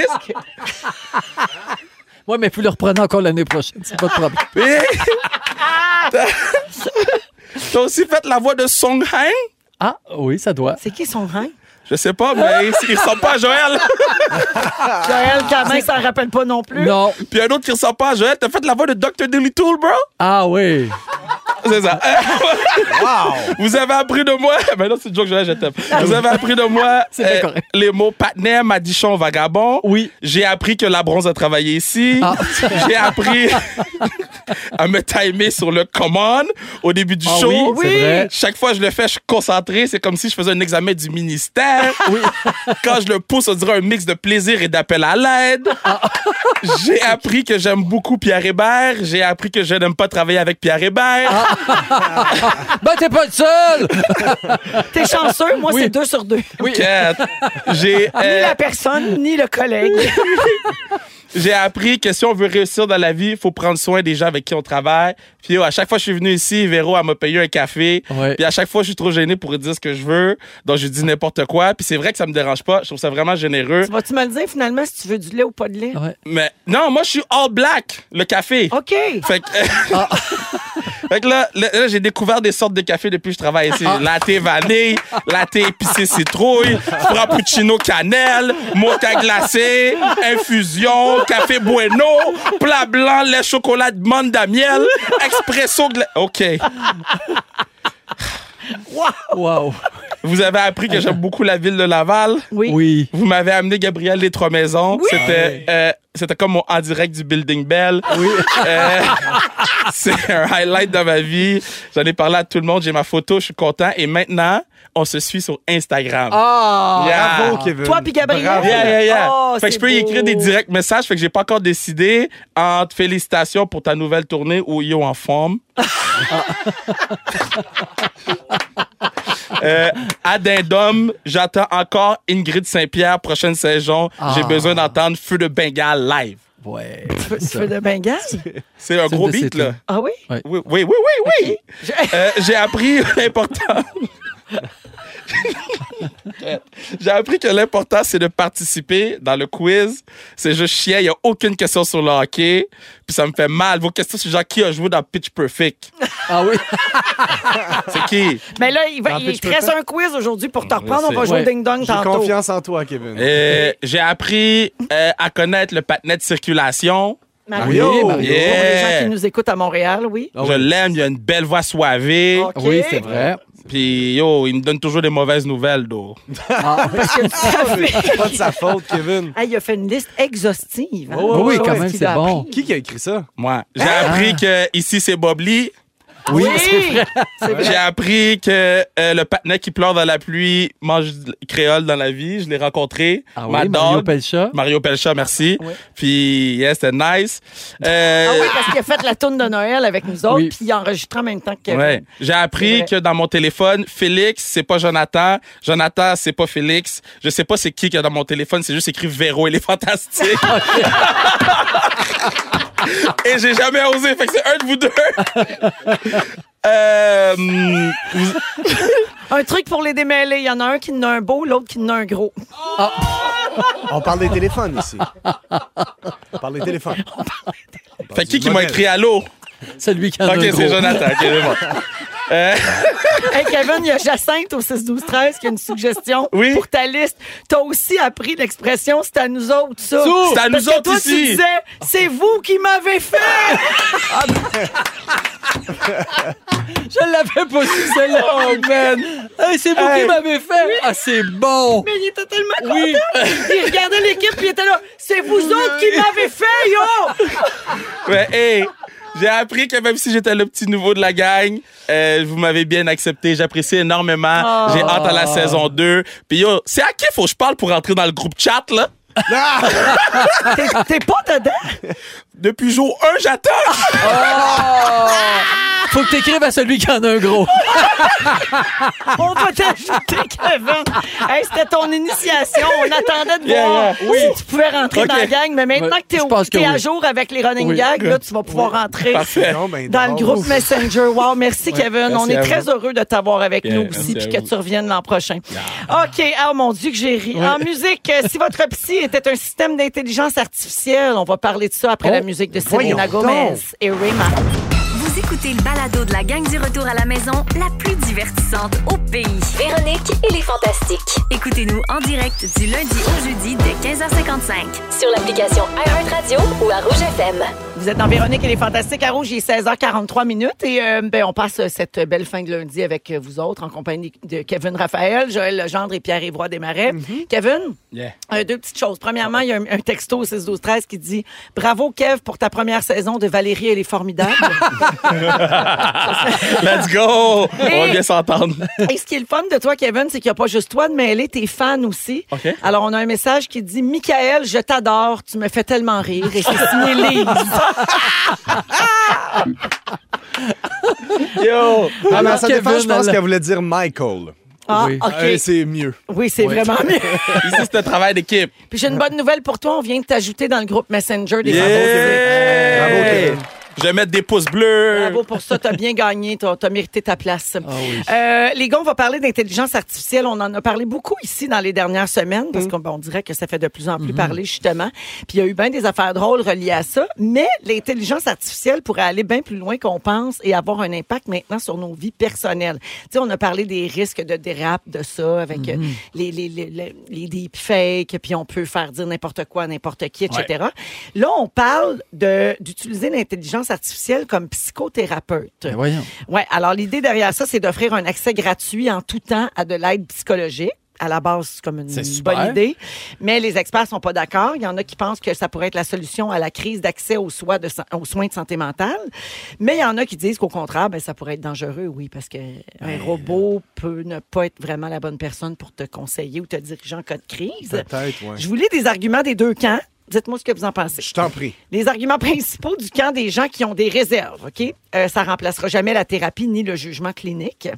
Ouais, mais puis le reprenez encore l'année prochaine. C'est pas de problème. Puis- T'as t'as aussi fait la voix de Song Han? Ah, oui, ça doit. C'est qui son rein? Je sais pas, mais il ressemble pas à Joël. Joël, quand même, ça ne rappelle pas non plus. Non. Puis un autre qui ressemble pas à Joël. T'as fait la voix de docteur Dolittle, bro? Ah, oui. C'est ça. Vous avez appris de moi. Mais non, c'est une joke, Joël, je t'aime. Vous avez appris de moi C'est bien correct. les mots patinet, madichon, vagabond. Oui. J'ai appris que la bronze a travaillé ici. Ah. J'ai appris à me timer sur le command au début du Ah show. oui, c'est vrai. Chaque fois que je le fais, je suis concentré. C'est comme si je faisais un examen du ministère. Oui. Quand je le pousse, on dirait un mix de plaisir et d'appel à l'aide. J'ai appris que j'aime beaucoup Pierre Hébert. J'ai appris que je n'aime pas travailler avec Pierre Hébert. Ben, t'es pas le seul! T'es chanceux, moi, Oui. c'est deux sur deux. Oui. Quatre. J'ai Ni euh, la personne, ni le collègue. j'ai appris que si on veut réussir dans la vie, il faut prendre soin des gens avec qui on travaille. Puis yo, à chaque fois que je suis venu ici, Véro, elle m'a payé un café. Ouais. Puis à chaque fois, je suis trop gêné pour dire ce que je veux. Donc, je dis n'importe quoi. Puis c'est vrai que ça me dérange pas. Je trouve ça vraiment généreux. Tu vas-tu me le dire, finalement, si tu veux du lait ou pas de lait? Ouais. Mais non, moi, je suis all black, le café. OK. Fait que, fait que là, là, là, j'ai découvert des sortes de café depuis que je travaille ici. Latte vanille, latte épicé citrouille, frappuccino cannelle, mocha glacé, infusion, café bueno, plat blanc, lait chocolat de menthe à miel, expresso gla... OK. Wow. Vous avez appris que j'aime beaucoup la ville de Laval. Oui. Oui. Vous m'avez amené Gabriel des Trois Maisons. C'était euh, c'était comme mon en direct du Building Bell. Oui. C'est un highlight de ma vie. J'en ai parlé à tout le monde. J'ai ma photo. Je suis content. Et maintenant, on se suit sur Instagram. Ah! Yeah. Bravo, Kevin. Toi puis Gabriel? Bravo. Yeah, yeah, yeah. Oh, fait que je c'est peux y beau. écrire des directs messages. Fait que j'ai pas encore décidé. Entre félicitations pour ta nouvelle tournée ou Yo en forme. Euh, Addendum, j'attends encore Ingrid Saint-Pierre, prochaine saison. Ah. J'ai besoin d'entendre Feu de Bengale live. Ouais. Tu fais de Bengale? C'est un C'est gros de ces beat, là. tunes. Ah oui? Oui, oui, oui, oui, oui. Je- Euh, j'ai appris l'important. J'ai appris que l'important, c'est de participer dans le quiz. C'est juste chiant. Il n'y a aucune question sur le hockey. Puis ça me fait mal. Vos questions sur genre qui a joué dans Pitch Perfect. Ah oui? C'est qui? Mais là, il, va, Dans il Pitch te reste Perfect? un quiz aujourd'hui pour te reprendre. je On va sais. jouer au Ouais. ding-dong J'ai tantôt. confiance en toi, Kevin. Euh, j'ai appris euh, à connaître le patinet de circulation. Mario, Oui, pour Mario. les Yeah. gens qui nous écoutent à Montréal, oui. Ah Je oui. l'aime. Il a une belle voix soivée. OK. Oui, c'est vrai. Puis, yo, il me donne toujours des mauvaises nouvelles, d'eau. Ah, Parce que tu savais- C'est pas de sa faute, Kevin. Hey, il a fait une liste exhaustive. hein, Oh, de oui, choses quand même, qu'il c'est a bon. appris. Qui qui a écrit ça? Moi, j'ai appris que ici, c'est Bob Lee. Oui, c'est vrai. J'ai appris que euh, le patinet qui pleure dans la pluie mange de créole dans la vie. Je l'ai rencontré. ah Ma oui, Mario dog. Pelcha. Mario Pelcha, merci. Oui. Puis, yeah, c'était nice. Euh, Ah oui, parce qu'il a fait la tourne de Noël avec nous autres, Oui. puis il enregistre en même temps que Kevin. ouais. J'ai appris C'est vrai. que dans mon téléphone, Félix, c'est pas Jonathan. Jonathan, c'est pas Félix. Je sais pas c'est qui qu'il y a dans mon téléphone. C'est juste écrit Véro, il est fantastique. Et j'ai jamais osé. Fait que c'est un de vous deux. euh, vous- Un truc pour les démêler. Il y en a un qui en a un beau, l'autre qui en a un gros. On parle des téléphones ici. On parle des téléphones. Fait qui qui m'a écrit allô? Celui qui en a Ok, un gros. c'est Jonathan. Ok, c'est bon. Euh, Hey Kevin, il y a Jacinthe au six douze treize qui a une suggestion Oui. pour ta liste. T'as aussi appris l'expression « c'est à nous autres, ça ». C'est à Parce nous que autres toi, ici. tu disais « c'est vous qui m'avez fait Je l'avais pas su, celle-là. Oh, man. Hey, c'est vous Hey. qui m'avez fait. Ah, c'est bon. ». Mais il était tellement content. Oui. Il regardait l'équipe puis il était là « c'est vous autres qui m'avez fait, yo ». Mais hey, j'ai appris que même si j'étais le petit nouveau de la gang, euh, vous m'avez bien accepté. J'apprécie énormément. Oh. J'ai hâte à la saison deux. Puis yo, c'est à qui faut que je parle pour rentrer dans le groupe chat, là? T'es, t'es pas dedans. Depuis jour un, j'attends. Faut que t'écrives à celui qui en a un gros. On va t'ajouter, Kevin. Hey, c'était ton initiation. On attendait de Yeah, voir yeah. si tu pouvais rentrer Ok. dans la gang. Mais maintenant Ouais, que t'es, je au- pense que t'es à oui. jour avec les running Oui. gags, là, tu vas pouvoir rentrer Parfait. Non, ben, dans le drôle. groupe Messenger. Wow, merci, Kevin. merci On est à très vous. heureux de t'avoir avec Yeah, nous merci aussi, à puis que vous. tu reviennes l'an prochain. OK. Oh mon Dieu, que j'ai ri. En musique, euh, si votre psy était un système d'intelligence artificielle, on va parler de ça après Oh, la musique de Selena voyons Gomez donc. et Rema. Vous écoutez le balado de la gang du retour à la maison, la plus divertissante au pays. Véronique et les Fantastiques. Écoutez-nous en direct du lundi au jeudi dès quinze heures cinquante-cinq. Sur l'application iHeartRadio ou à Rouge F M. Vous êtes dans Véronique et les Fantastiques à Rouge, il est seize heures quarante-trois minutes et euh, ben, on passe cette belle fin de lundi avec vous autres en compagnie de Kevin Raphaël, Joël Legendre et Pierre-Évroy Desmarais. Kevin, Yeah. euh, deux petites choses. Premièrement, il y a un, un texto au six douze treize qui dit « Bravo Kev pour ta première saison de Valérie, elle est formidable. Let's go. On va Et- bien s'entendre. » Et ce qui est le fun de toi, Kevin, c'est qu'il n'y a pas juste toi de mêler, tes fans aussi. OK. Alors, on a un message qui dit « Michael, je t'adore, tu me fais tellement rire. » Et c'est signé Lise. Yo. Ah, mais à sa Kevin, défense, je pense elle- qu'elle voulait dire Michael. Ah, Oui. OK. Euh, c'est mieux. Oui, c'est vraiment mieux. Ici, c'est un travail d'équipe. Puis j'ai une bonne nouvelle pour toi. On vient de t'ajouter dans le groupe Messenger des Yeah. Fantastiques. Bravo, Kevin. Je vais mettre des pouces bleus. Bravo pour ça. T'as bien gagné. T'as as mérité ta place. Ah oui. Euh, les gars, on va parler d'intelligence artificielle. On en a parlé beaucoup ici dans les dernières semaines parce qu'on on dirait que ça fait de plus en plus parler, justement. Puis il y a eu bien des affaires drôles reliées à ça. Mais l'intelligence artificielle pourrait aller bien plus loin qu'on pense et avoir un impact maintenant sur nos vies personnelles. Tu sais, on a parlé des risques de dérap de ça avec euh, les, les, les, les, les deepfakes, puis on peut faire dire n'importe quoi à n'importe qui, et cetera. Là, on parle de d'utiliser l'intelligence artificielle comme psychothérapeute. Ben voyons. Ouais, alors l'idée derrière ça, c'est d'offrir un accès gratuit en tout temps à de l'aide psychologique. À la base, c'est comme une C'est super. bonne idée. Mais les experts sont pas d'accord. Il y en a qui pensent que ça pourrait être la solution à la crise d'accès aux soins de, aux soins de santé mentale. Mais il y en a qui disent qu'au contraire, ben, ça pourrait être dangereux, oui, parce que un robot peut ne pas être vraiment la bonne personne pour te conseiller ou te diriger en cas de crise. Peut-être, ouais. Je vous lis des arguments des deux camps. Dites-moi ce que vous en pensez. Je t'en prie. Les arguments principaux du camp des gens qui ont des réserves, OK? Euh, ça remplacera jamais la thérapie ni le jugement clinique.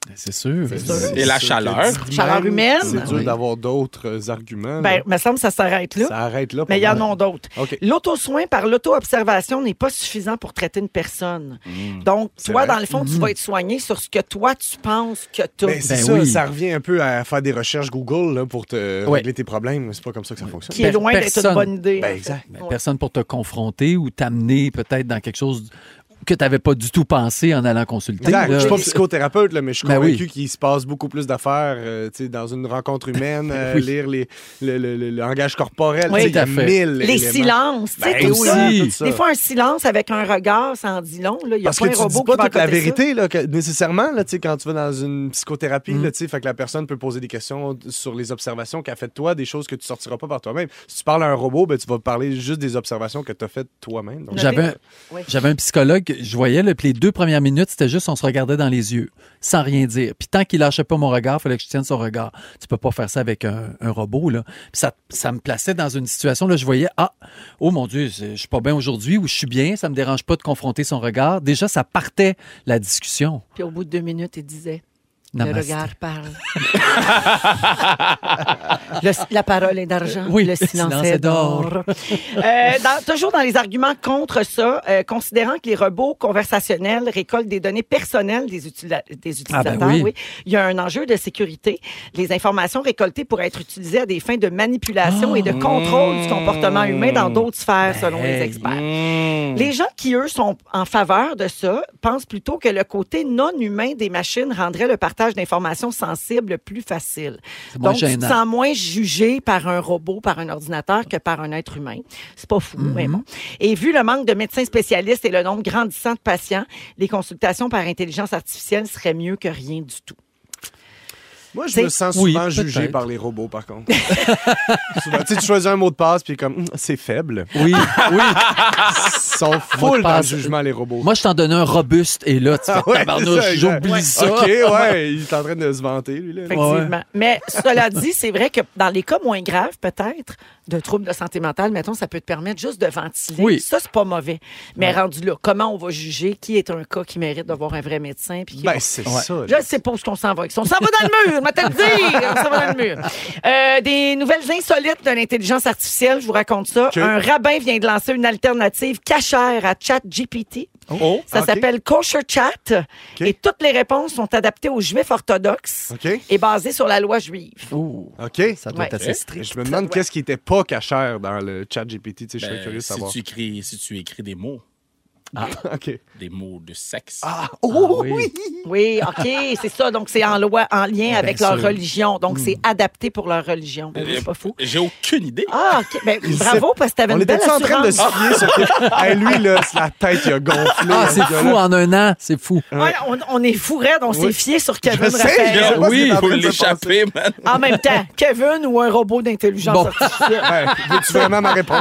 C'est sûr. C'est sûr. Et la C'est sûr chaleur. que dit de Chaleur même, humaine. C'est dur Oui. d'avoir d'autres euh, arguments. Ben, là. me semble que ça s'arrête là. Ça arrête là. Mais il y pas en mal. a d'autres. OK. L'auto-soin par l'auto-observation n'est pas suffisant pour traiter une personne. Donc, C'est toi, vrai. dans le fond, tu vas être soigné sur ce que toi, tu penses que tu as. Ben, c'est Ben ça, oui. ça revient un peu à faire des recherches Google là, pour te Ouais. régler tes problèmes. C'est pas comme ça que ça fonctionne. qui est loin d'être une Personne. bonne idée. Ben, en fait. exact. Ben, Ouais. Personne pour te confronter ou t'amener peut-être dans quelque chose que tu n'avais pas du tout pensé en allant consulter. Exact. là. Je suis pas psychothérapeute, là, mais je suis Ben convaincu oui. qu'il se passe beaucoup plus d'affaires euh, tu sais, dans une rencontre humaine, euh, Oui. lire les, le, le- le- le langage corporel. Oui. tu sais, il y a Tout à fait. mille Les éléments. silences, tu sais, Ben tout oui, ça. aussi. tout ça. Des fois, un silence avec un regard, ça en dit long. Là. Il y a Parce pas que un tu robot dis pas qui va toute la accoter ça. vérité, là, que, nécessairement, là, tu sais, quand tu vas dans une psychothérapie, Mm. là, tu sais, fait que la personne peut poser des questions sur les observations qu'a faites toi, des choses que tu sortiras pas par toi-même. Si tu parles à un robot, ben, tu vas parler juste des observations que tu as faites toi-même. Donc, J'avais un, Oui. j'avais un psychologue, je voyais, là, puis les deux premières minutes, c'était juste on se regardait dans les yeux, sans rien dire. Puis tant qu'il lâchait pas mon regard, il fallait que je tienne son regard. Tu peux pas faire ça avec un, un robot, là. Puis ça, ça me plaçait dans une situation, là, je voyais, ah, oh mon Dieu, c'est- je suis pas bien aujourd'hui ou je suis bien, ça me dérange pas de confronter son regard. Déjà, ça partait la discussion. Puis au bout de deux minutes, il disait le Namasté. regard parle. Le- la parole est d'argent. Oui, le silence est d'or. Euh, dans- toujours dans les arguments contre ça, euh, considérant que les robots conversationnels récoltent des données personnelles des, utila- des Ah, ben utilisateurs, oui. oui, il y a un enjeu de sécurité. Les informations récoltées pourraient être utilisées à des fins de manipulation et de contrôle du comportement humain dans d'autres sphères, selon les hey. experts. Mmh. Les gens qui, eux, sont en faveur de ça pensent plutôt que le côté non humain des machines rendrait le partage d'informations sensibles plus facile. C'est moins Donc, tu te gênant. sens moins jugé par un robot, par un ordinateur que par un être humain. C'est pas fou, mais bon. Et vu le manque de médecins spécialistes et le nombre grandissant de patients, les consultations par intelligence artificielle seraient mieux que rien du tout. moi, je T'sais, me sens oui, souvent jugé peut-être. par les robots, par contre. Souvent. Tu sais, tu choisis un mot de passe, puis comme, Hum, c'est faible. Oui, oui. Ils sont full dans le passe. jugement, les robots. Moi, je t'en donnais un robuste et là, tu fais Ah ouais, tabarnouche, c'est ça, exact. j'oublie ça. OK, ouais, il est en train de se vanter, lui. Là. Effectivement. Mais cela dit, c'est vrai que dans les cas moins graves, peut-être, de troubles de santé mentale, mettons, ça peut te permettre juste de ventiler. Oui. Ça, c'est pas mauvais. Mais rendu là, comment on va juger qui est un cas qui mérite d'avoir un vrai médecin? Puis qui Ben, va- c'est Ouais. ça. Je sais pas où est-ce qu'on s'en va avec ça. On s'en va dans le mur, m'a te le dire. On s'en va dans le mur. Euh, des nouvelles insolites de l'intelligence artificielle, je vous raconte ça. OK. Un rabbin vient de lancer une alternative cachère à ChatGPT. Oh. Ça OK. s'appelle Kosher Chat. Et toutes les réponses sont adaptées aux Juifs orthodoxes OK. et basées sur la loi juive. Ouh, OK. ça doit Ouais. être assez strict. Je me demande Ouais. qu'est-ce qui était pas cachère dans le chat G P T. Tu sais, je serais Ben, curieux de si savoir. tu écris, si tu écris des mots, OK. des mots de sexe. Ah, oh, oui. oui. Oui, OK, c'est ça. Donc, c'est en loi, en lien avec leur sûr. religion. Donc, c'est adapté pour leur religion. C'est pas fou. J'ai aucune idée. Ah, OK. Ben, Il bravo, parce que t'avais On une belle était en train de se assurance. fier sur... Hey, lui, là, la tête, il a gonflé. Ah, à c'est ce fou, gars-là. en un an, c'est fou. Ouais, on, on est fou raide, on s'est Oui. fié sur Kevin Je sais, Raphaël. je sais pas ce Oui, qu'il est en Faut train de se l'échapper, man. En même temps, Kevin ou un robot d'intelligence Bon. artificielle. passer. Ouais, veux-tu vraiment ma réponse?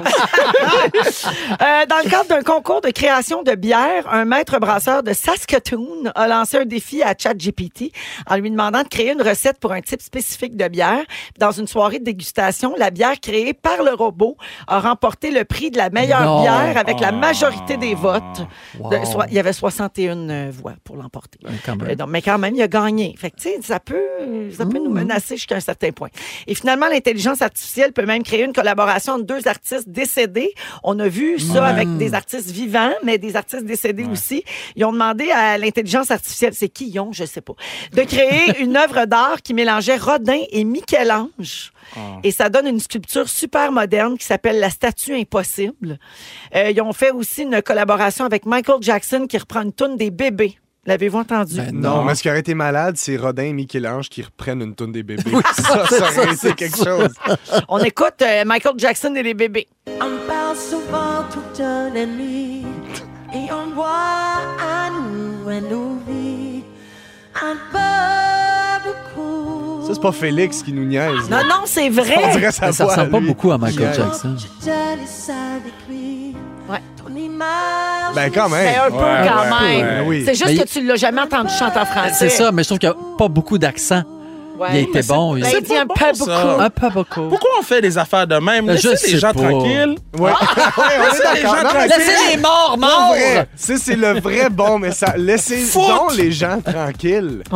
Euh, dans le cadre d'un concours de création de bière, un maître brasseur de Saskatoon a lancé un défi à ChatGPT en lui demandant de créer une recette pour un type spécifique de bière. Dans une soirée de dégustation, la bière créée par le robot a remporté le prix de la meilleure Non. bière avec la majorité des votes. Wow. De- soit- il y avait soixante et une euh, voix pour l'emporter. Quand même. Euh, donc, mais quand même, il a gagné. Fait que, tu sais, ça peut, ça peut nous menacer jusqu'à un certain point. Et finalement, l'intelligence artificielle peut même créer une collaboration entre deux artistes décédés. On a vu ça avec des artistes vivants, mais des artistes décédés aussi. Ils ont demandé à l'intelligence artificielle, c'est qui ils ont, je sais pas, de créer une œuvre d'art qui mélangeait Rodin et Michel-Ange. Et ça donne une sculpture super moderne qui s'appelle la Statue Impossible. Euh, ils ont fait aussi une collaboration avec Michael Jackson qui reprend une toune des bébés. L'avez-vous entendu? Ben Non, Non. mais ce qui aurait été malade, c'est Rodin et Michel-Ange qui reprennent une toune des bébés. ça, ça aurait été quelque chose. On écoute euh, Michael Jackson et les bébés. On parle souvent toute la nuit et on voit à nous et nos vies un peu beaucoup. Ça, c'est pas Félix qui nous niaise. là. Non, non, c'est On vrai. dirait sa Mais ça voix à ressemble pas lui. beaucoup à Michael Ouais. Jackson. Je te laisse avec lui. Ouais. Ton image. Ben, quand même. Mais un peu Ouais, quand ouais, même. ouais, oui. C'est juste Mais que il- tu l'as jamais entendu chanter en français. C'est ça, mais je trouve qu'il n'y a pas beaucoup d'accent. Ouais. Il a été bon. il- Ben, il dit un bon, peu ça. beaucoup. Un peu beaucoup. Pourquoi on fait des affaires de même? Je Laissez les sais gens pas. tranquilles. Ouais. Ouais, on est Laissez les d'accord. gens Non, mais tranquilles. Laissez les morts Pas morts. vrai. Ça, c'est le vrai bon message. Laissez Foot. donc les gens tranquilles. Ouais.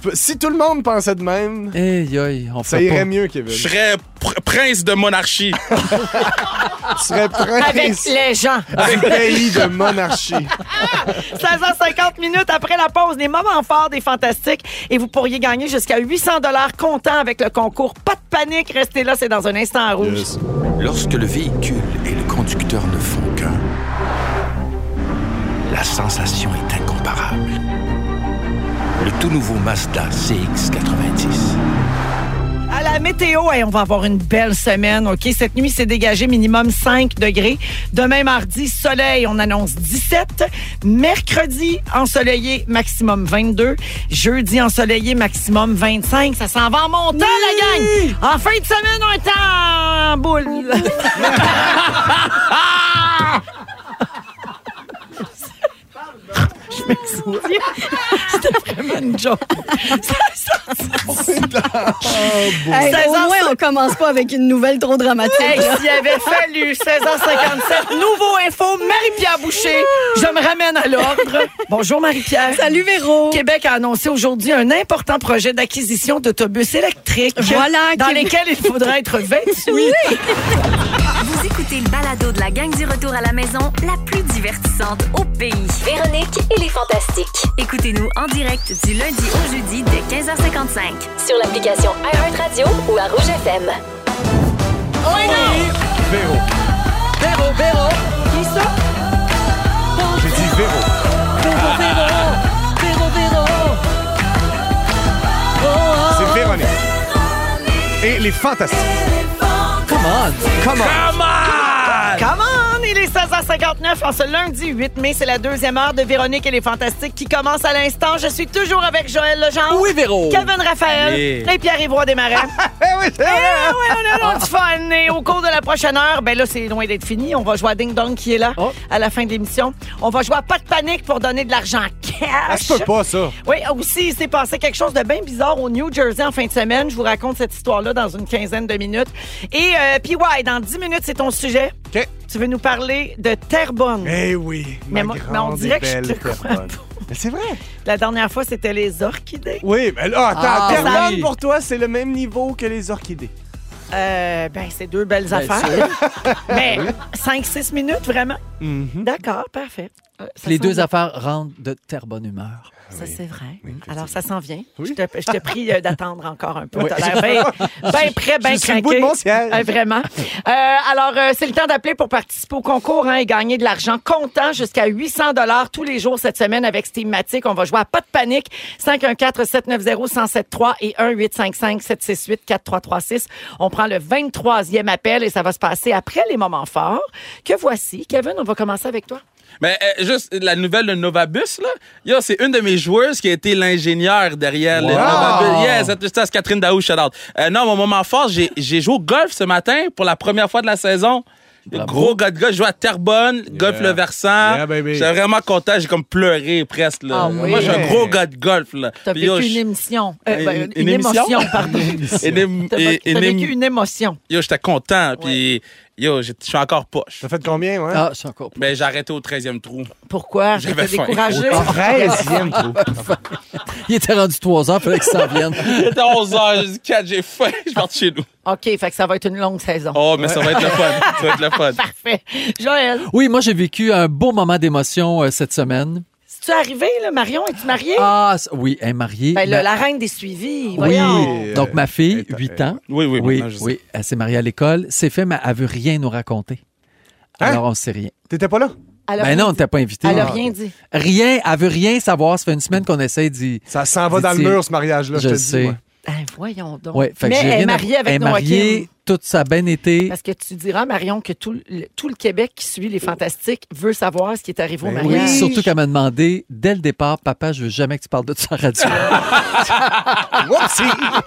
peux- si tout le monde pensait de même, Aïe, aïe, on ça fait irait pas. mieux, Kevin. Je serais pr- prince de monarchie. Tu serais prince Avec les gens. du pays de monarchie. seize heures cinquante minutes après la pause, les moments forts des Fantastiques. Et vous pourriez gagner jusqu'à huit cents dollars comptant avec le concours. Pas de panique, restez là, c'est dans un instant à rouge. Yes. Lorsque le véhicule et le conducteur ne font qu'un, la sensation est incomparable. Le tout nouveau Mazda C X quatre-vingt-dix. À la météo, hey, on va avoir une belle semaine. OK, cette nuit, c'est dégagé minimum cinq degrés. Demain, mardi, soleil, on annonce dix-sept. Mercredi, ensoleillé, maximum vingt-deux. Jeudi, ensoleillé, maximum vingt-cinq. Ça s'en va en montant, la gang! En fin de semaine, on est en boule. Je m'excuse. C'était vraiment une joke. Hey, seize au heures moins, on commence pas avec une nouvelle trop dramatique. Hey, là. s'il avait fallu seize heures cinquante-sept, nouveau info, Marie-Pierre Boucher. Je me ramène à l'ordre. Bonjour Marie-Pierre. Salut Véro. Québec a annoncé aujourd'hui un important projet d'acquisition d'autobus électriques. Voilà, Dans Québec- lesquels il faudra être vêtu. Vous écoutez le balado de la gang du retour à la maison, la plus divertissante au pays. Véronique et les Fantastiques. Écoutez-nous en direct du lundi au jeudi dès quinze heures cinquante-cinq. Sur l'application iHeartRadio ou à Rouge F M. Véro. Véro, Véro. Qui ça? J'ai dit Véro. Véro, Véro. Véro, Véro. C'est Véronique. Et les Fantastiques. Come on! Come on. Come on! Come on! Il est seize heures cinquante-neuf en ce lundi huit mai. C'est la deuxième heure de Véronique et les Fantastiques qui commence à l'instant. Je suis toujours avec Joël Legendre. Oui, Véro! Kevin Raphaël Yeah. et Pierre-Yves Desmarais. Eh oui, c'est Eh vrai. ouais, on a donc du fun. Et au cours de la prochaine heure, ben là, c'est loin d'être fini. On va jouer à Ding Dong qui est là Oh. à la fin de l'émission. On va jouer à Pas de panique pour donner de l'argent Ça cash. se peut pas, ça. Oui, aussi, il s'est passé quelque chose de bien bizarre au New Jersey en fin de semaine. Je vous raconte cette histoire-là dans une quinzaine de minutes. Et euh, puis ouais, dans dix minutes, c'est ton sujet. OK. Tu veux nous parler de Terrebonne. Eh oui. Mais ma moi- mais on grande dirait et que je belle te crois Terrebonne. Mais c'est vrai. La dernière fois, c'était les orchidées. Oui, mais là, attends, Ah, Terrebonne, oui. pour toi, c'est le même niveau que les orchidées. Euh, ben, c'est deux belles Ben, affaires. Mais cinq six minutes, vraiment? Mhm. D'accord, parfait. Euh, ça Les s'en deux vient. affaires rendent de très bonne humeur. Ça, c'est vrai. Oui, Alors, ça s'en vient. Oui. Je, te, je te prie euh, d'attendre encore un peu. Oui. T'as l'air bien ben prêt, bien Je suis sur le craqué. bout de mon siège. Euh, vraiment. Euh, alors, euh, c'est le temps d'appeler pour participer au concours hein, et gagner de l'argent comptant jusqu'à huit cents dollars tous les jours cette semaine avec Steamatic. On va jouer à Pas de panique. cinq un quatre, sept neuf zéro, un zéro sept trois et un huit cinq cinq, sept six huit, quatre trois trois six. On prend le vingt-troisième appel et ça va se passer après les moments forts que voici. Kevin, on va commencer avec toi. Mais euh, juste la nouvelle de Novabus, là, yo, c'est une de mes joueuses qui a été l'ingénieur derrière le Wow! Novabus. Yes, c'est- c'est Catherine Daou, shout out. Euh, non, mon moment fort, j'ai j'ai joué au golf ce matin pour la première fois de la saison. Bravo. Gros gars de golf, je jouais à Terrebonne, golf le versant. Yeah, baby. J'étais vraiment content, j'ai comme pleuré presque. Là. Ah oui? Moi, je suis un gros gars de golf. Là. T'as Puis, vécu yo, une je- émission. Euh, Une- ben, une une émission? émotion, pardon. Une ém- T'as et- t'as une vécu ém- une émotion. Yo, j'étais content, puis yo, j'ai- je suis encore poche. Ça fait combien, ouais? Ah, c'est encore. Ben, j'ai arrêté au treizième trou. Pourquoi? J'avais T'étais faim. découragé? treizième trou. Il était rendu trois heures, il fallait que ça vienne. Il était onze heures, j'ai dit quatre, j'ai faim, je pars chez nous. OK, fait que ça va être une longue saison. Oh, mais ça va être le fun. Ça va être le fun. Parfait. Joël, Oui, moi, j'ai vécu un beau moment d'émotion euh, cette semaine. es-tu arrivé, là, Marion? Es-tu mariée? Ah, c- oui, elle est mariée. Ben, là, Ma- la reine des suivis. Oui, Voyons. donc ma fille, euh, huit ans. Oui, oui, Oui, maintenant, je sais. oui, elle s'est mariée à l'école. C'est fait, mais elle veut rien nous raconter. Hein? Alors, on ne sait rien. T'étais pas là? Elle a Ben rien non, on dit. t'a pas invité. Elle a Ah. rien dit. Rien, elle veut rien savoir. Ça fait une semaine qu'on essaie d'y... Ça s'en va dans le Dit-il. mur, ce mariage-là, je, Je te le sais. dis. moi. Ben, voyons donc. Ouais, fait que Mais j'ai elle est rien à- mariée avec elle est Noah mariée, Kim. tout ça a bien été. Parce que tu diras, Marion, que tout le, tout le Québec qui suit les Fantastiques veut savoir ce qui est arrivé au Ben Oui, mariage. surtout qu'elle m'a demandé, dès le départ, papa, je veux jamais que tu parles de ça à radio. Whoopsie!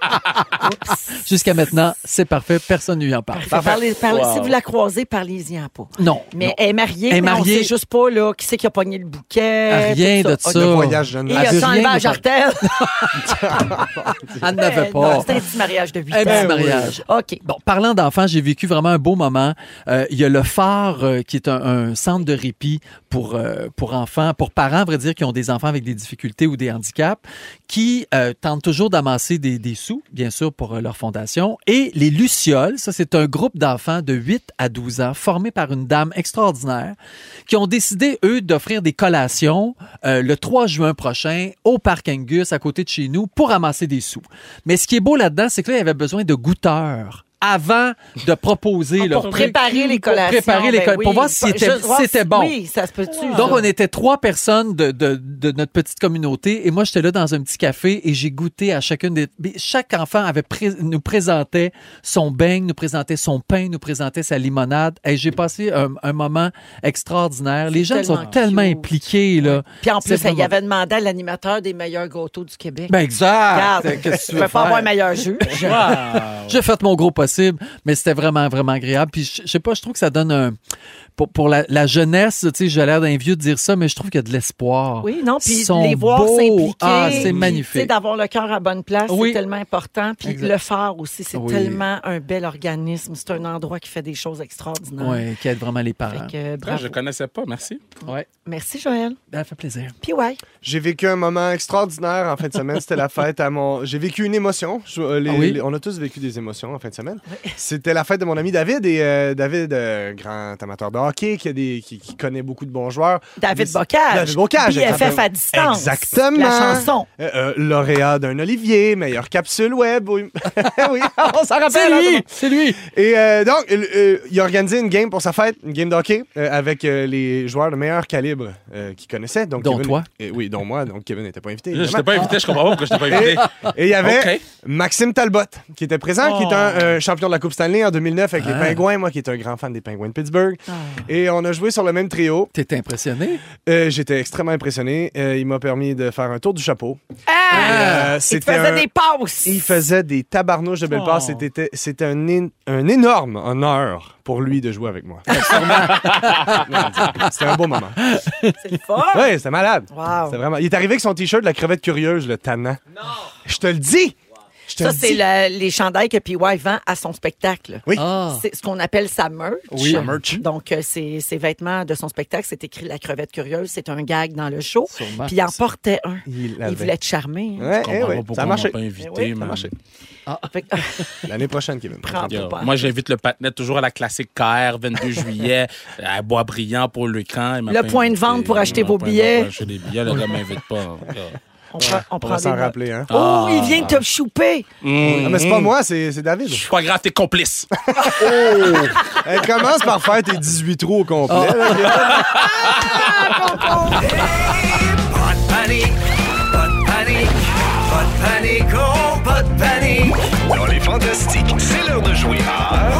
Jusqu'à maintenant, c'est parfait, personne ne lui en parle. Parfait. Parlez- parlez- Wow. Si vous la croisez, parlez-y-en pas. Non, Mais non. elle est mariée, Elle est mais mariée. on sait juste pas là, qui c'est qui a pogné le bouquet. Rien tout de ça. ça. Le voyage jeune. Et Elle il veut a rien enlevé à nous Jartel. Elle n'avait Euh, non, pas. C'était un petit mariage de huit Un ans. petit mariage. OK. Bon, parlant d'enfants, j'ai vécu vraiment un beau moment. Euh, Il y a le Phare, euh, qui est un, un centre de répit pour, euh, pour enfants, pour parents, à vrai dire, qui ont des enfants avec des difficultés ou des handicaps, qui euh, tentent toujours d'amasser des, des sous, bien sûr, pour euh, leur fondation. Et les Lucioles, ça, c'est un groupe d'enfants de huit à douze ans, formé par une dame extraordinaire, qui ont décidé, eux, d'offrir des collations euh, le trois juin prochain au Parc Angus, à côté de chez nous, pour amasser des sous. Mais ce qui est beau là-dedans, c'est que là, il y avait besoin de goûteurs avant de proposer Ah, leur pour truc. préparer les Pour collations. préparer les ben coll- oui. pour voir si c'était, Juste voir si c'était si- bon. Oui, ça se peut-tu. Donc, ça? on était trois personnes de, de, de notre petite communauté et moi, j'étais là dans un petit café et j'ai goûté à chacune des... Chaque enfant avait pré- nous présentait son beigne, nous présentait son pain, nous présentait sa limonade. Et j'ai passé un, un moment extraordinaire. Les jeunes sont tellement tellement cute. impliqués, là. Puis en C'est plus, il vraiment- avait demandé à l'animateur des meilleurs gâteaux du Québec. Ben exact! Regarde, Qu'est-ce que tu tu veux peux pas avoir un faire? meilleur juge. J'ai fait mon gros possible, mais c'était vraiment, vraiment agréable. Puis, je je sais pas, je trouve que ça donne un... Pour, pour la, la jeunesse, tu sais, j'ai l'air d'un vieux de dire ça, mais je trouve qu'il y a de l'espoir. Oui, non, puis Ils sont les voir beaux. s'impliquer. Ah, c'est puis, magnifique. tu sais, d'avoir le cœur à bonne place, Oui. c'est tellement important. Puis Exact. le Phare aussi, c'est Oui. tellement un bel organisme. C'est un endroit qui fait des choses extraordinaires. Oui, qui aide vraiment les parents. Fait que, Ah, bravo. je connaissais pas, merci. Ouais. Merci, Joël. Ça fait plaisir. Puis ouais. J'ai vécu un moment extraordinaire en fin de semaine. C'était la fête à mon. J'ai vécu une émotion. Je- euh, les- Ah oui? les- On a tous vécu des émotions en fin de semaine. C'était la fête de mon ami David. Et euh, David, euh, grand amateur de hockey, qui, a des, qui, qui connaît beaucoup de bons joueurs. David Des- Bocage. David Bocage. B F F exactement. à distance. Exactement. La chanson. Euh, euh, lauréat d'un Olivier, meilleure capsule web. Oui, oui on s'en rappelle. C'est hein, lui! tout le monde. C'est lui! Et euh, donc, euh, euh, il a organisé une game pour sa fête, une game de hockey, euh, avec euh, les joueurs de meilleur calibre euh, qu'il connaissait. Donc, Dont Kevin- toi. Euh, oui, dont moi. Donc, Kevin n'était pas invité. Je évidemment. t'ai pas invité, je comprends pas pourquoi je t'ai pas invité. Et il y avait OK. Maxime Talbot, qui était présent, qui est un euh, champion de la Coupe Stanley en deux mille neuf avec Ah. les Pingouins, moi qui est un grand fan des Pingouins de Pittsburgh. Et on a joué sur le même trio. T'es impressionné? Euh, J'étais extrêmement impressionné. Euh, il m'a permis de faire un tour du chapeau. Ah! Euh, Il te c'était faisait un- des passes. Il faisait des tabarnouches de belles Oh. passes. C'était, c'était un, é- un énorme honneur pour lui de jouer avec moi. C'était un beau moment. C'est le fun. Oui, c'était malade. Wow. C'était vraiment... Il est arrivé avec son T-shirt de la crevette curieuse, le tannant. Non! Je te le dis! Je te Ça, le c'est dis. le- les chandails que P Y vend à son spectacle. Oui. Ah. C'est ce qu'on appelle sa merch. Oui. Sa merch. Donc, euh, ses, ses vêtements de son spectacle, c'est écrit La crevette curieuse. C'est un gag dans le show. Sûrement. Puis il en portait un. Il Il l'avait. voulait te charmer. hein. Ouais, Je eh comprends ouais, pas pourquoi ça a on marché. m'a pas invité, Eh oui, Ça a man. marché. Fait que- L'année prochaine, Kevin. Prends Yo, pas. moi, j'invite le patinet toujours à la classique K R, vingt-deux juillet, à Boisbriand pour le camp. Il m'a Le pas point de invité. vente pour acheter Le vos point de billets. vente pour acheter des billets, le gars m'invite pas. On prend, on On prend va des s'en notes. rappeler, hein? Oh, il vient de te chouper. Mmh. Ah, mais c'est pas moi, c'est, c'est David. C'est pas grave, t'es complice. Elle commence par faire tes dix-huit trous au complet. Ah. là. Pas de panique, pas de panique, pas de panique, oh, pas de panique. Dans les fantastiques, c'est l'heure de jouer à...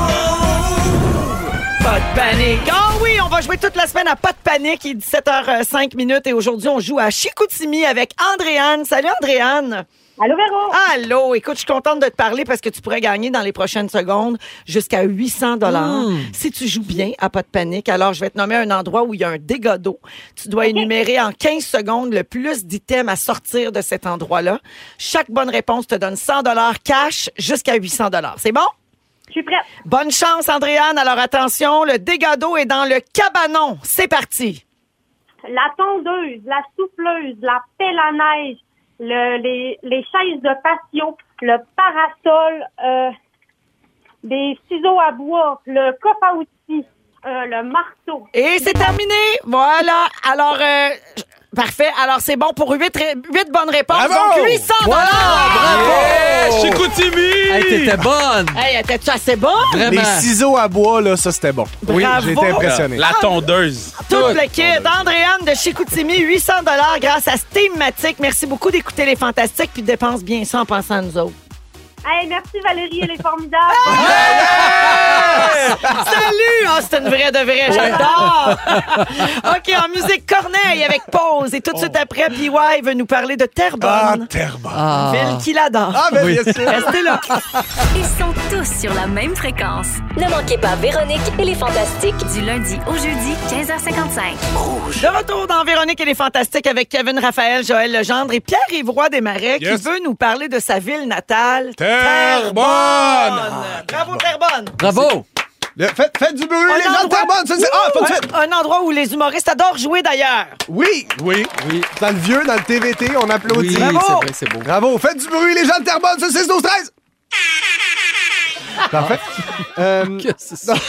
Pas de panique. Ah oui, on va jouer toute la semaine à Pas de panique. Il est dix-sept heures cinq minutes et aujourd'hui, on joue à Chicoutimi avec Andréane. Salut Andréane. Allô, Véro? Allô, écoute, je suis contente de te parler parce que tu pourrais gagner dans les prochaines secondes jusqu'à huit cents dollars si tu joues bien à Pas de panique. Alors, je vais te nommer un endroit où il y a un dégât d'eau. Tu dois énumérer en quinze secondes le plus d'items à sortir de cet endroit-là. Chaque bonne réponse te donne cent dollars cash jusqu'à huit cents dollars. C'est bon? Je suis prête. Bonne chance, Andréane. Alors, attention, le dégât d'eau est dans le cabanon. C'est parti. La tondeuse, la souffleuse, la pelle à neige, le, les, les chaises de patio, le parasol, euh, des ciseaux à bois, le coffre à outils, euh, le marteau. Et c'est terminé. Voilà. Alors, euh, parfait. Alors, c'est bon pour huit, huit bonnes réponses. Bravo! Donc, huit cents dollars. Bravo! Chicoutimi! Hey, t'étais bonne! Hey, étais-tu assez bon? Vraiment. Les ciseaux à bois, là, ça, c'était bon. Oui, Bravo! j'ai été impressionné. La tondeuse. Tout le kit. Andréane de Chicoutimi, huit cents dollars grâce à Steamatic. Merci beaucoup d'écouter Les Fantastiques puis dépense bien ça en pensant à nous autres. Hey, merci Valérie, elle est formidable. Salut! Ah, c'est une vraie de vraie, j'adore! OK, en musique, Corneille avec Pause. Et tout de suite après, P Y veut nous parler de Ah, Terrebonne. Terrebonne. Ah. Ville qu'il adore. Ah, ben, Oui. bien sûr. Restez là. Ils sont tous sur la même fréquence. Ne manquez pas Véronique et les Fantastiques. Du lundi au jeudi, quinze heures cinquante-cinq. De retour dans Véronique et les Fantastiques avec Kevin Raphaël, Joël Legendre et Pierre-Yves Roy Desmarais Yes. qui veut nous parler de sa ville natale. Terrebonne. Terrebonne! Bravo, Terrebonne! Bravo! Le- faites, faites du bruit, Un les gens de endroit- Terrebonne! Ça, c'est... Ah, pas de suite! Un, un endroit où les humoristes adorent jouer d'ailleurs. Oui, oui, oui. Dans le vieux, dans le T V T, on applaudit. Oui, c'est Bravo! vrai, c'est beau. Bravo! Faites du bruit, les gens de Terrebonne, sur six douze treize! Parfait. Euh, Que c'est ça?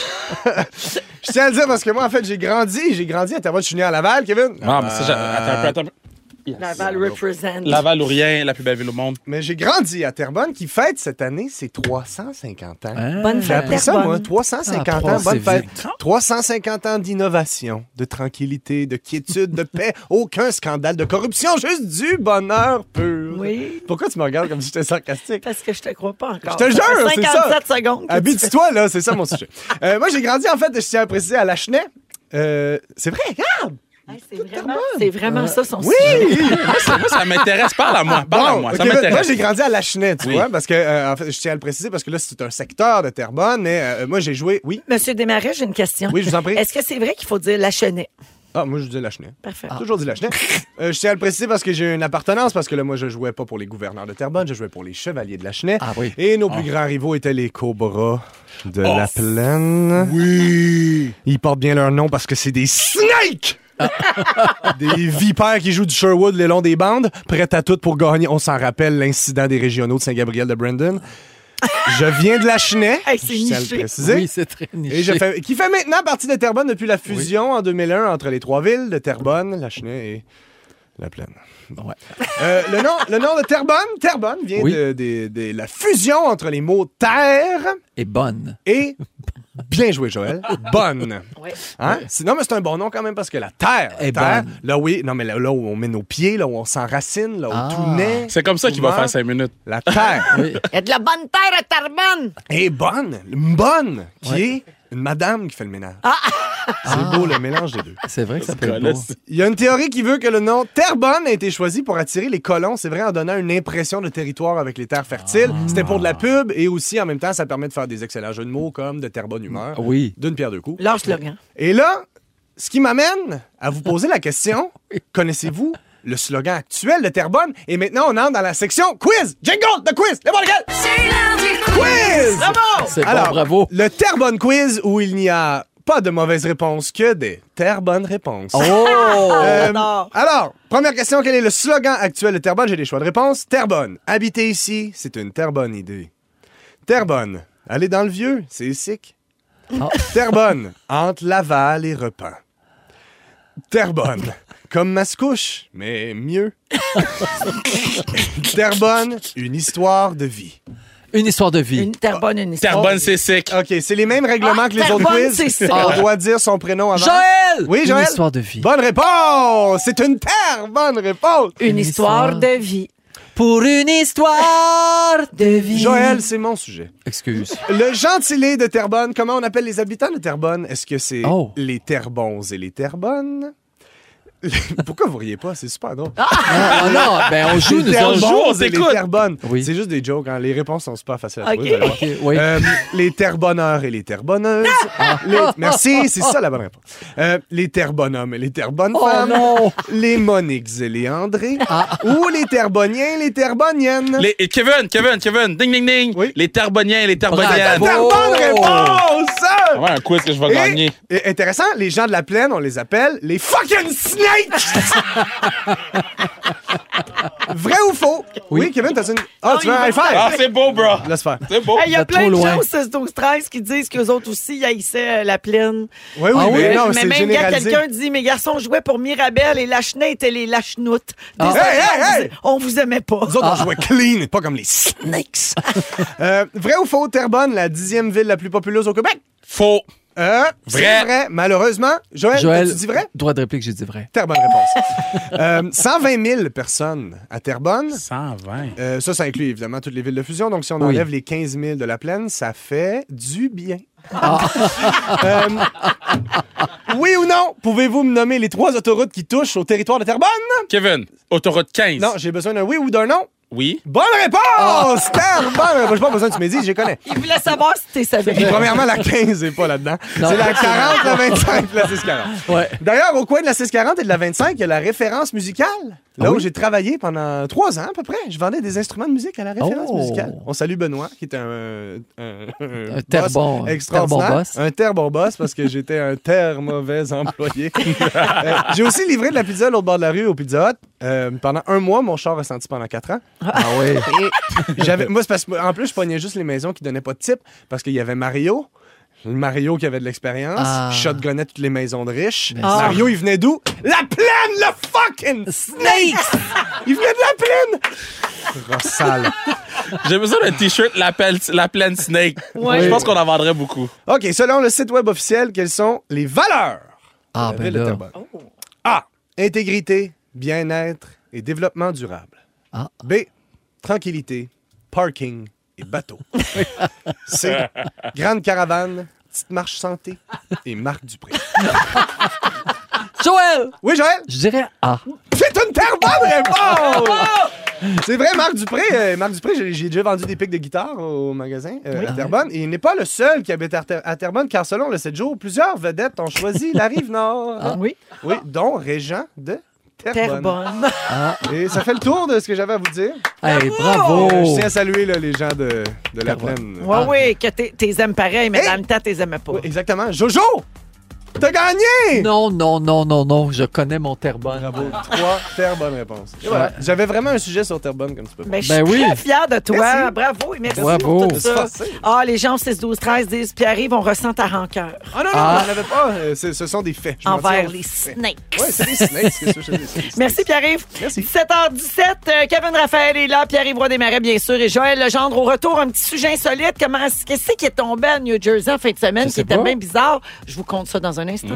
je tiens à le dire parce que moi, en fait, j'ai grandi. J'ai grandi à Terrebonne. Je suis né à Laval, Kevin. Ah, mais ça, j'ai- attends un peu, attends un peu. Yes. Laval represent. Laval ou rien, la plus belle ville au monde. Mais j'ai grandi à Terrebonne, qui fête cette année ses trois cent cinquante ans. Hein? Bonne J'ai fête, appris ça, Terrebonne. moi. trois cent cinquante Ah, ans, bonne c'est fête. vite. trois cent cinquante ans d'innovation, de tranquillité, de quiétude, de paix, aucun scandale, de corruption, juste du bonheur pur. Oui. Pourquoi tu me regardes comme si j'étais sarcastique? Parce que je te crois pas encore. Je te Ça fait jure, c'est ça. cinquante-sept secondes. que tu Habite-toi, là, c'est ça mon sujet. Euh, moi, j'ai grandi, en fait, je tiens à préciser, à Lachenay. Euh, c'est vrai, regarde! fais- Hey, c'est vraiment, c'est vraiment ça son Oui! sujet. Moi, ça, moi, ça m'intéresse. Parle à moi. Parle à Bon, moi. ok, Ça ben, moi, m'intéresse. j'ai grandi à Lachenay, tu Oui. vois, parce que, euh, en fait, je tiens à le préciser, parce que là, c'est un secteur de Terrebonne, mais euh, moi, j'ai joué... Oui? Monsieur Desmarais, j'ai une question. Oui, je vous en prie. Est-ce que c'est vrai qu'il faut dire la chenette? Ah, moi, je dis Lachenay. Parfait. Toujours dit Lachenay. Euh, je tiens à le préciser parce que j'ai une appartenance, parce que là, moi, je jouais pas pour les gouverneurs de Terrebonne, je jouais pour les chevaliers de Lachenay. Ah oui. Et nos plus grands rivaux étaient les Cobras de Oh. la Plaine. Oui. Ils portent bien leur nom parce que c'est des snakes! Des vipères qui jouent du Sherwood le long des bandes, prêtes à tout pour gagner. On s'en rappelle l'incident des régionaux de Saint-Gabriel de Brandon. Je viens de Lachenay, Hey, c'est je tiens à le niché. préciser. Oui, c'est très niché. Et je fais, qui fait maintenant partie de Terrebonne depuis la fusion en deux mille un entre les trois villes de Terrebonne, Lachenay et La Plaine. Ouais. Euh, le, nom, le nom de Terrebonne, Terrebonne vient Oui. de, de- de la fusion entre les mots terre Et bonne. et bien joué, Joël. Bonne. Oui. Hein? C'est- Non, mais c'est un bon nom quand même parce que la terre, Est terre, bonne. là, oui, non, mais là, là où on met nos pieds, là où on s'enracine, là où Ah. tout naît. C'est comme ça qu'il va tout faire meurt, cinq minutes. La terre Oui. Il y a de la bonne terre à Terrebonne. est bonne. Une bonne, qui Ouais. est une madame qui fait le ménage. C'est beau le mélange des deux. C'est vrai que ça peut être Là, beau. c'est- Il y a une théorie qui veut que le nom Terrebonne a été choisi pour attirer les colons, c'est vrai, en donnant une impression de territoire avec les terres fertiles. C'était pour de la pub et aussi, en même temps, ça permet de faire des excellents jeux de mots comme de Terrebonne humeur. Oui. D'une pierre deux coups. Leur slogan. Et là, ce qui m'amène à vous poser la question, connaissez-vous le slogan actuel de Terrebonne? Et maintenant, on entre dans la section quiz. Jingle de quiz. Les bon, lesquels? C'est l'heure du Quiz! Bravo! C'est bon, Alors, bravo. le Terrebonne quiz où il n'y a pas de mauvaises réponses que des Terrebonne réponses. Oh! Euh, j'adore. alors, première question, quel est le slogan actuel de Terrebonne? J'ai des choix de réponse. Terrebonne, habiter ici, c'est une Terrebonne idée. Terrebonne, aller dans le vieux, c'est sick. Ah. Terrebonne, entre Laval et Repent. Terrebonne, comme Mascouche, mais mieux. Terrebonne, une histoire de vie. Une histoire de vie. Une Terrebonne, une histoire. Terrebonne, c'est sec. OK, c'est les mêmes règlements Ah, que les autres Terrebonne, quiz. c'est sick. On doit dire son prénom avant. Joël! Oui, Joël? Une histoire de vie. Bonne réponse! C'est une terre! Bonne réponse! Une, Une histoire, histoire. de vie. Pour une histoire de vie. Joël, c'est mon sujet. Excuse. Le gentilé de Terrebonne, comment on appelle les habitants de Terrebonne? Est-ce que c'est Oh. les Terrebons et les Terrebonnes? Pourquoi vous riez pas? C'est super drôle. Non, oh non, ben on joue, les nous autres. Terrebons on et les t'écoute. Terrebonnes. Oui. C'est juste des jokes, hein. Les réponses sont super faciles à Ok. trouver. vous allez voir. Ok, oui. Euh, les Terrebonneurs et les Terbonneuses. Les- Merci, c'est ça la bonne réponse. Euh, les Terbonhommes et les Terbonnes Oh femmes. non! Les Moniques et les André. Ou les Terboniens et les Terboniennes. Les, et Kevin, Kevin, Kevin, ding, ding, ding. Oui. Les Terboniens et les Terboniennes. Bravo. Bonne réponse! Ah ouais, un quiz que je vais Et- gagner. et intéressant, les gens de la plaine, on les appelle les fucking snakes! Vrai ou faux? Oui, Kevin, t'as une. Ah, tu veux un high five? Ah, c'est beau, bro. Laisse faire. C'est beau. Hey, Il y a Vous êtes plein trop de loin. gens au seize douze treize qui disent qu'eux autres aussi haïssaient euh, la plaine. Oui, oui, Ah mais oui? non, mais c'est même quand généralisé. quelqu'un dit mes garçons jouaient pour Mirabel et Lachenay étaient les Lachenoutes. Désolé, Hey, hey, on, hey! vous, on vous aimait pas. Nous autres, on jouait clean, pas comme les snakes. Euh, vrai ou faux, Terrebonne, la dixième ville la plus populeuse au Québec? Faux. Euh, c'est Vrai. vrai, malheureusement. Joël, Joël, tu dis vrai? droit de réplique, j'ai dit vrai. Terre bonne réponse. euh, cent vingt mille personnes à Terrebonne. cent vingt. Euh, ça, ça inclut évidemment toutes les villes de fusion. Donc, si on Oui. enlève les quinze mille de la plaine, ça fait du bien. Euh, oui ou non, pouvez-vous me nommer les trois autoroutes qui touchent au territoire de Terrebonne? Kevin, autoroute quinze. Non, j'ai besoin d'un oui ou d'un non. Oui. Bonne réponse! Terrebonne! J'ai pas besoin que tu me dises, je connais. Il voulait savoir si t'es savais. Et premièrement, la quinze n'est pas là-dedans. Non. C'est la quarante, la vingt-cinq, la six quarante. Ouais. D'ailleurs, au coin de la six quarante et de la vingt-cinq, il y a la référence musicale Là Ah où oui? j'ai travaillé pendant trois ans à peu près. Je vendais des instruments de musique à la référence Oh. musicale. On salue Benoît, qui était un, un, un, Un terre boss bon- extraordinaire. terre bon boss. Un terre bon boss parce que j'étais un terre mauvais employé. Euh, j'ai aussi livré de la pizza à l'autre bord de la rue au Pizza Hut. Euh, pendant un mois, mon char a senti pendant quatre ans. Ah oui. Et j'avais, moi, c'est parce que, en plus, je pognais juste les maisons qui donnaient pas de type parce qu'il y avait Mario. Le Mario qui avait de l'expérience, Ah. shotgunnait toutes les maisons de riches. Ben, Mario, il venait d'où? La plaine, le fucking snake! Il venait de la plaine! Rossal. J'ai besoin d'un t-shirt La, Pelle- la Plaine Snake. Ouais. Je pense qu'on en vendrait beaucoup. OK, selon le site web officiel, quelles sont les valeurs Ah, de la ben ville de là. Terrebonne? A. Intégrité, bien-être et développement durable. Ah. B. Tranquillité, parking et bateau. C. Grande caravane, petite marche santé et Marc Dupré. Joël! Oui, Joël? Je dirais A. C'est une terre bonne réponse! C'est vrai, Marc Dupré, euh, Marc Dupré, j'ai, j'ai déjà vendu des pics de guitare au magasin euh, à Terrebonne. Et il n'est pas le seul qui habite à, Ter- à Terrebonne, car selon le sept jours, plusieurs vedettes ont choisi la Rive-Nord. Ah, oui. Oui, dont Régent de Terrebonne. Terrebonne. Et ça fait le tour de ce que j'avais à vous dire. Hey, bravo! Euh, je tiens à saluer là, les gens de, de la Terrebonne. plaine. Oui, oui, que t'es t'es aimes pareil, mais Hey! dans le temps, t'es aimais pas. Oui, exactement. Jojo! T'as gagné! Non, non, non, non, non. Je connais mon Terrebonne. Bravo. Trois terres bonnes réponses. Et voilà. J'avais vraiment un sujet sur Terrebonne, comme tu peux voir. Ben, je Ben suis oui. très fière de toi. Merci. Bravo et merci Bravo. pour tout ça. C'est facile. Ah, les gens au six douze treize disent Pierre-Yves, on ressent ta rancœur Ah non, non, Ah. on n'en avait pas. Euh, c'est- ce sont des faits. Je m'en envers tiens aux les faits. snakes. Oui, c'est des snakes. Qu'est-ce que je dis? C'est des Merci snakes. Pierre-Yves. Merci. sept heures dix-sept, euh, Kevin Raphaël est là, Pierre-Yves Roy Desmarais, bien sûr, et Joël Legendre au retour. Un petit sujet insolite. Comment, qu'est-ce qui est tombé à New Jersey en fin de semaine Je qui sais était pas. bien bizarre? Je vous compte ça dans un instant.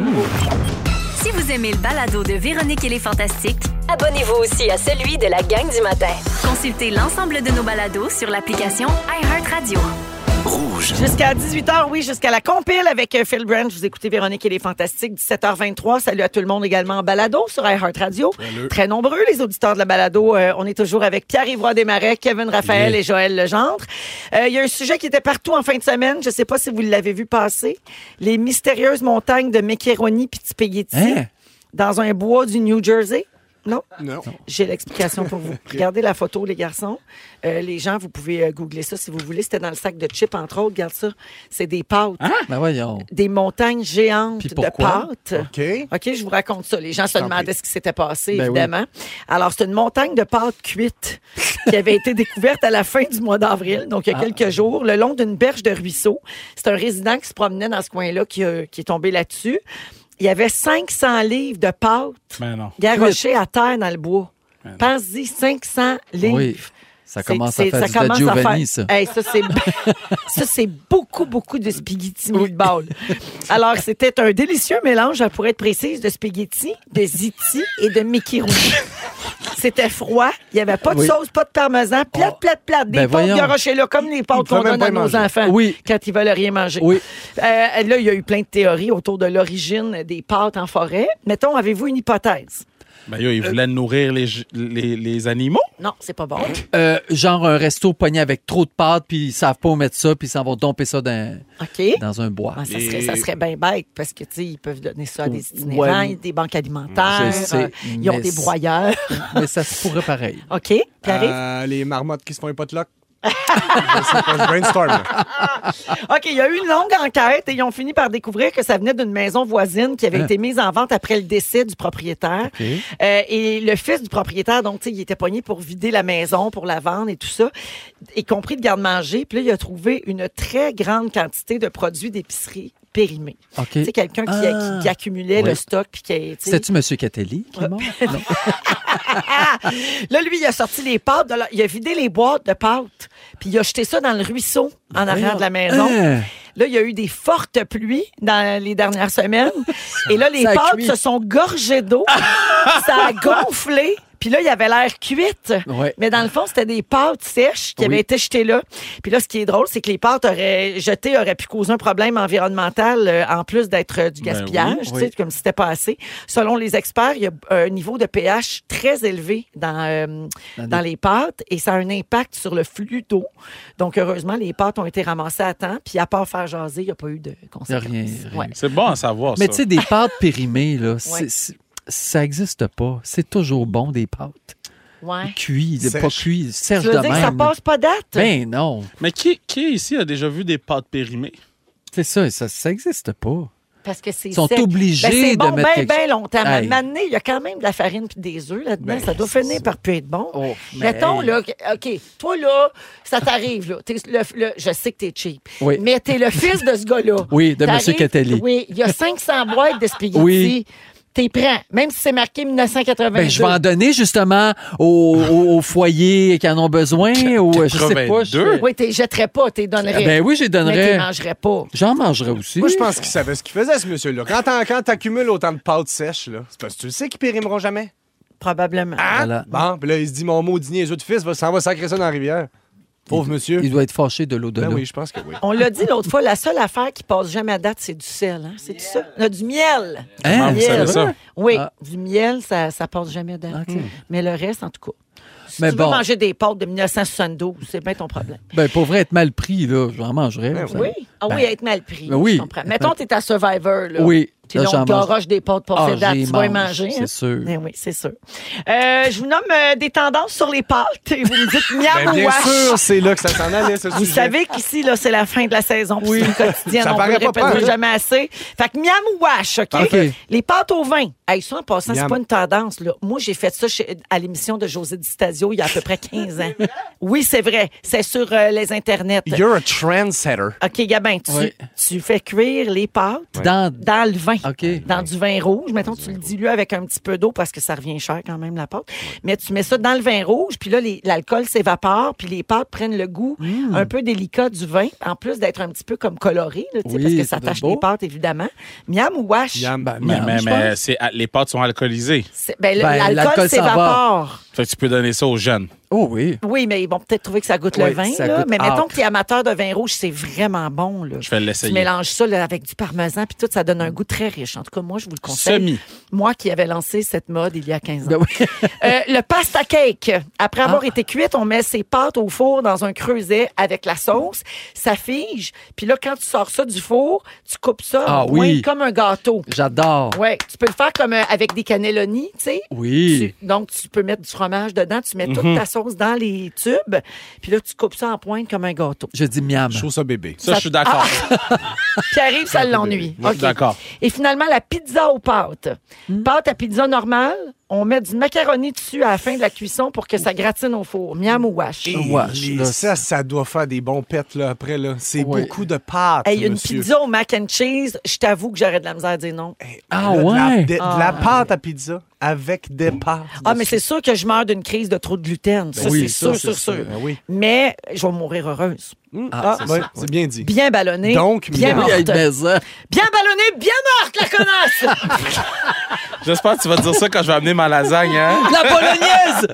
Si vous aimez le balado de Véronique et les Fantastiques, Abonnez-vous aussi à celui de la gang du matin. consultez l'ensemble de nos balados sur l'application iHeartRadio. Rouge. Jusqu'à dix-huit heures, oui, jusqu'à la compile avec euh, Phil Branch. Vous écoutez Véronique et les Fantastiques, dix-sept heures vingt-trois. Salut à tout le monde également en balado sur iHeartRadio. Très nombreux, les auditeurs de la balado. Euh, on est toujours avec Pierre-Yves Roy Desmarais, Kevin Raphaël Yeah. et Joël Legendre. Euh, Il y a un sujet qui était partout en fin de semaine. Je ne sais pas si vous l'avez vu passer. Les mystérieuses montagnes de Macaroni puis de spaghetti Hein? dans un bois du New Jersey. Non? Non. J'ai l'explication pour vous. Regardez la photo, les garçons. Euh, les gens, vous pouvez euh, googler ça si vous voulez. C'était dans le sac de chips, entre autres. Regarde ça. C'est des pâtes. Ben voyons. Des montagnes géantes Puis de pourquoi? pâtes. OK. OK, je vous raconte ça. Les gens se t'en demandaient prie. ce qui s'était passé, Ben évidemment. Alors, c'est une montagne de pâtes cuites qui avait été découverte à la fin du mois d'avril, donc il y a Ah. quelques jours, le long d'une berge de ruisseau. C'est un résident qui se promenait dans ce coin-là qui, a- qui est tombé là-dessus. Il y avait cinq cents livres de pâtes Mais non. garochées à terre dans le bois. Pense-y, cinq cents livres. Oui. Ça C'est- commence à c'est- faire ça du commence à Giovanni, faire- ça. Hey, ça, c'est ça, c'est beaucoup, beaucoup de spaghetti meatball. Alors, c'était un délicieux mélange, pour être précise, de spaghetti, de ziti et de Mickey rouge. C'était froid. Il n'y avait pas de Oui. sauce, pas de parmesan. Plate, Oh. plate, plate. Des Ben pâtes voyons. garochées là, comme les pâtes Il faut qu'on même donne pas à y nos manger. enfants Oui. quand ils veulent rien manger. Oui. Euh, là, il y a eu plein de théories autour de l'origine des pâtes en forêt. Mettons, avez-vous une hypothèse? Ben yo, ils voulaient nourrir les, les, les animaux. Non, c'est pas bon. Euh, genre un resto pogné avec trop de pâtes, puis ils savent pas où mettre ça, puis ils s'en vont domper ça dans, OK. dans un bois. Ah, ça, Et- serait, ça serait bien bête parce que, tu sais, ils peuvent donner ça à des Ouais. itinérants, des banques alimentaires. Je sais, euh, ils ont mais des c'est- broyeurs. Mais ça se pourrait pareil. OK? Pierre-Yves? Euh, les marmottes qui se font un potluck. Je sais pas, je brainstorm. là. OK, il y a eu une longue enquête et ils ont fini par découvrir que ça venait d'une maison voisine qui avait Hein? été mise en vente après le décès du propriétaire. OK. Euh, et le fils du propriétaire, donc, tu sais, il était pogné pour vider la maison, pour la vendre et tout ça, y compris de garde-manger. Puis là, il a trouvé une très grande quantité de produits d'épicerie périmés. OK. Tu sais, quelqu'un qui, Ah. qui- qui accumulait Oui. le stock. Puis qui, tu sais, C'était-tu M. Catelli qui est mort? Non. Là, lui, il a sorti les pâtes. de la- Il a vidé les boîtes de pâtes. Puis il a jeté ça dans le ruisseau en arrière de la maison. Hein? Là, il y a eu des fortes pluies dans les dernières semaines. Et là, les Ça a pâtes cuit. se sont gorgées d'eau. Ça a gonflé. Puis là, il avait l'air cuite. Ouais. Mais dans le fond, c'était des pâtes sèches qui Oui. avaient été jetées là. Puis là, ce qui est drôle, c'est que les pâtes auraient jetées auraient pu causer un problème environnemental euh, en plus d'être euh, du Ben gaspillage, oui. tu sais, Oui. comme si c'était pas assez. Selon les experts, il y a un niveau de pH très élevé dans, euh, Dans dans des- les pâtes et ça a un impact sur le flux d'eau. Donc, heureusement, les pâtes ont été ramassées à temps. Puis, à part faire jaser, il n'y a pas eu de Il y a conséquences. rien. rien. Ouais. C'est bon à savoir, Mais ça. tu sais, des pâtes périmées, là, c'est- c'est- Ça n'existe pas. C'est toujours bon, des pâtes. Ouais. Cuit, Sèche. pas cuit. Serge Tu veux de dire même. que ça passe pas date? Ben non. Mais qui, qui ici a déjà vu des pâtes périmées? C'est ça, ça n'existe pas. Parce que c'est Ils sont sec. obligés Ben, c'est bon de mettre bien, quelque bien chose. longtemps. Hey. Maintenant, il y a quand même de la farine puis des œufs là-dedans. Ben, ça doit c'est finir ça. par plus être bon. Oh, mais Mettons, hey. là, OK, toi, là, ça t'arrive, là. T'es le, le- je sais que t'es cheap. Oui. Mais t'es le fils de ce gars-là. Oui, de M. T'arrives- Catelli. Oui, il y a cinq cents boîtes de spaghettis. Oui. T'es prêt, même si c'est marqué mille neuf cent quatre-vingt-deux. Ben, je vais en donner justement aux, aux, aux foyers qui en ont besoin ou je sais pas. quatre-vingt-deux? je- Oui, t'es jetterais pas, t'es donnerais. Ben oui, j'y Mais donnerais. t'es mangerais pas. J'en mangerais aussi. Moi, je pense qu'il savait ce qu'il faisait, ce monsieur-là. Quand t'en- quand t'accumules autant de pâtes sèches, là, c'est parce que tu le sais qu'ils périmeront jamais. Probablement. Voilà. Bon, puis là, il se dit, mon maudit niaiseux de fils va s'en va sacrer ça dans la rivière. Pauvre monsieur. Il doit être fâché de l'eau de Ben l'eau. oui, je pense que oui. On l'a dit l'autre fois, la seule affaire qui passe jamais à date, c'est du sel. Hein? C'est ça? On a du miel. Hein? Comment vous Miel. savez ça? Oui, Ah. du miel, ça, ça passe jamais à date. OK. Mais le reste, en tout cas. Si Mais tu bon. veux manger des pâtes de mille neuf cent soixante-douze, c'est bien ton problème. Ben, pour vrai, être mal pris, là, j'en mangerais. ça. Oui? Ah oui, Ben, être mal pris. ben oui. Je comprends. Mettons, t'es à Survivor, là. Oui. Tu Là, là, j'en on mange. garoche des pâtes Ah, passées date. j'y Tu vas y mange, manger. c'est hein? sûr. Eh oui, c'est sûr. Euh, je vous nomme euh, des tendances sur les pâtes et vous me dites miam Ben, ou bien wash. sûr, c'est là que ça s'en allait, ce Vous sujet. savez qu'ici, là, c'est la fin de la saison. Puis c'est une quotidienne. Ça On ne paraît le pas répétera peur, hein? jamais assez. Fait que miam ou wash, OK? OK. Les pâtes au vin. Hey, ça, en passant, c'est Miam. pas une tendance. Là. Moi, j'ai fait ça chez- à l'émission de José Di Stasio il y a à peu près quinze ans. Oui, c'est vrai. C'est sur euh, les internets. You're a trendsetter. OK, Gabin, tu, Oui. tu fais cuire les pâtes Dans... dans le vin. OK. Dans du vin rouge. Mettons, tu le dilues avec un petit peu d'eau parce que ça revient cher quand même, la pâte. Mais tu mets ça dans le vin rouge, puis là, les- l'alcool s'évapore, puis les pâtes prennent le goût Mm. un peu délicat du vin, en plus d'être un petit peu comme coloré, là, tu sais, Oui, parce que ça ça doit tache être beau. les pâtes, évidemment. Miam ou wash? Miam. Ben, Mais, miam, mais, je mais pense. c'est- les pâtes sont alcoolisées. C'est- ben, le- Ben, l'alcool l'alcool s'en va. s'évapore. Fait que tu peux donner ça aux jeunes. Oh oui. Oui, mais ils vont peut-être trouver que ça goûte Oui, le vin. ça Là. goûte Mais mettons âpre. que tu es amateur de vin rouge, c'est vraiment bon. Là. Je vais l'essayer. Tu mélanges ça là, avec du parmesan, puis tout, ça donne un goût très riche. En tout cas, moi, je vous le conseille. Semi. Moi qui avais lancé cette mode il y a quinze ans. Ben oui. Euh, le pasta cake. Après avoir Ah. été cuite, on met ses pâtes au four dans un creuset avec la sauce. Ça fige. Puis là, quand tu sors ça du four, tu coupes ça Ah en pointe oui. comme un gâteau. J'adore. Ouais, tu peux le faire comme euh, avec des cannelloni, tu sais. Oui. Tu- donc, tu peux mettre du fromage dedans. Tu mets toute ta sauce dans les tubes. Puis là, tu coupes ça en pointe comme un gâteau. Je dis miam. Je trouve ça bébé. Ça, je suis d'accord. Puis arrive, ça l'ennuie. Oui, OK. d'accord. Et finalement, la pizza aux pâtes. Pâte à pizza normale, on met du macaroni dessus à la fin de la cuisson pour que ça gratine au four. Miam ou wash. Wash, Les- là, ça, ça doit faire des bons pets là, après. Là. C'est Oui. beaucoup de pâtes, Hey, une monsieur. pizza au mac and cheese, je t'avoue que j'aurais de la misère à dire non. Ah Là, de la- ouais? De, de la pâte à pizza avec des pâtes. Ah, mais dessus. c'est sûr que je meurs d'une crise de trop de gluten. Ça, oui, c'est sûr, ça, sûr, c'est sûr. sûr. Ah oui. Mais je vais mourir heureuse. Hum, Ah, ah, c'est ouais, ça. c'est bien dit. Bien ballonnée. Donc, bien miam. morte. Oui, mais ça. Bien ballonnée, bien morte, la connasse! J'espère que tu vas dire ça quand je vais amener ma lasagne. Hein? La bolognaise!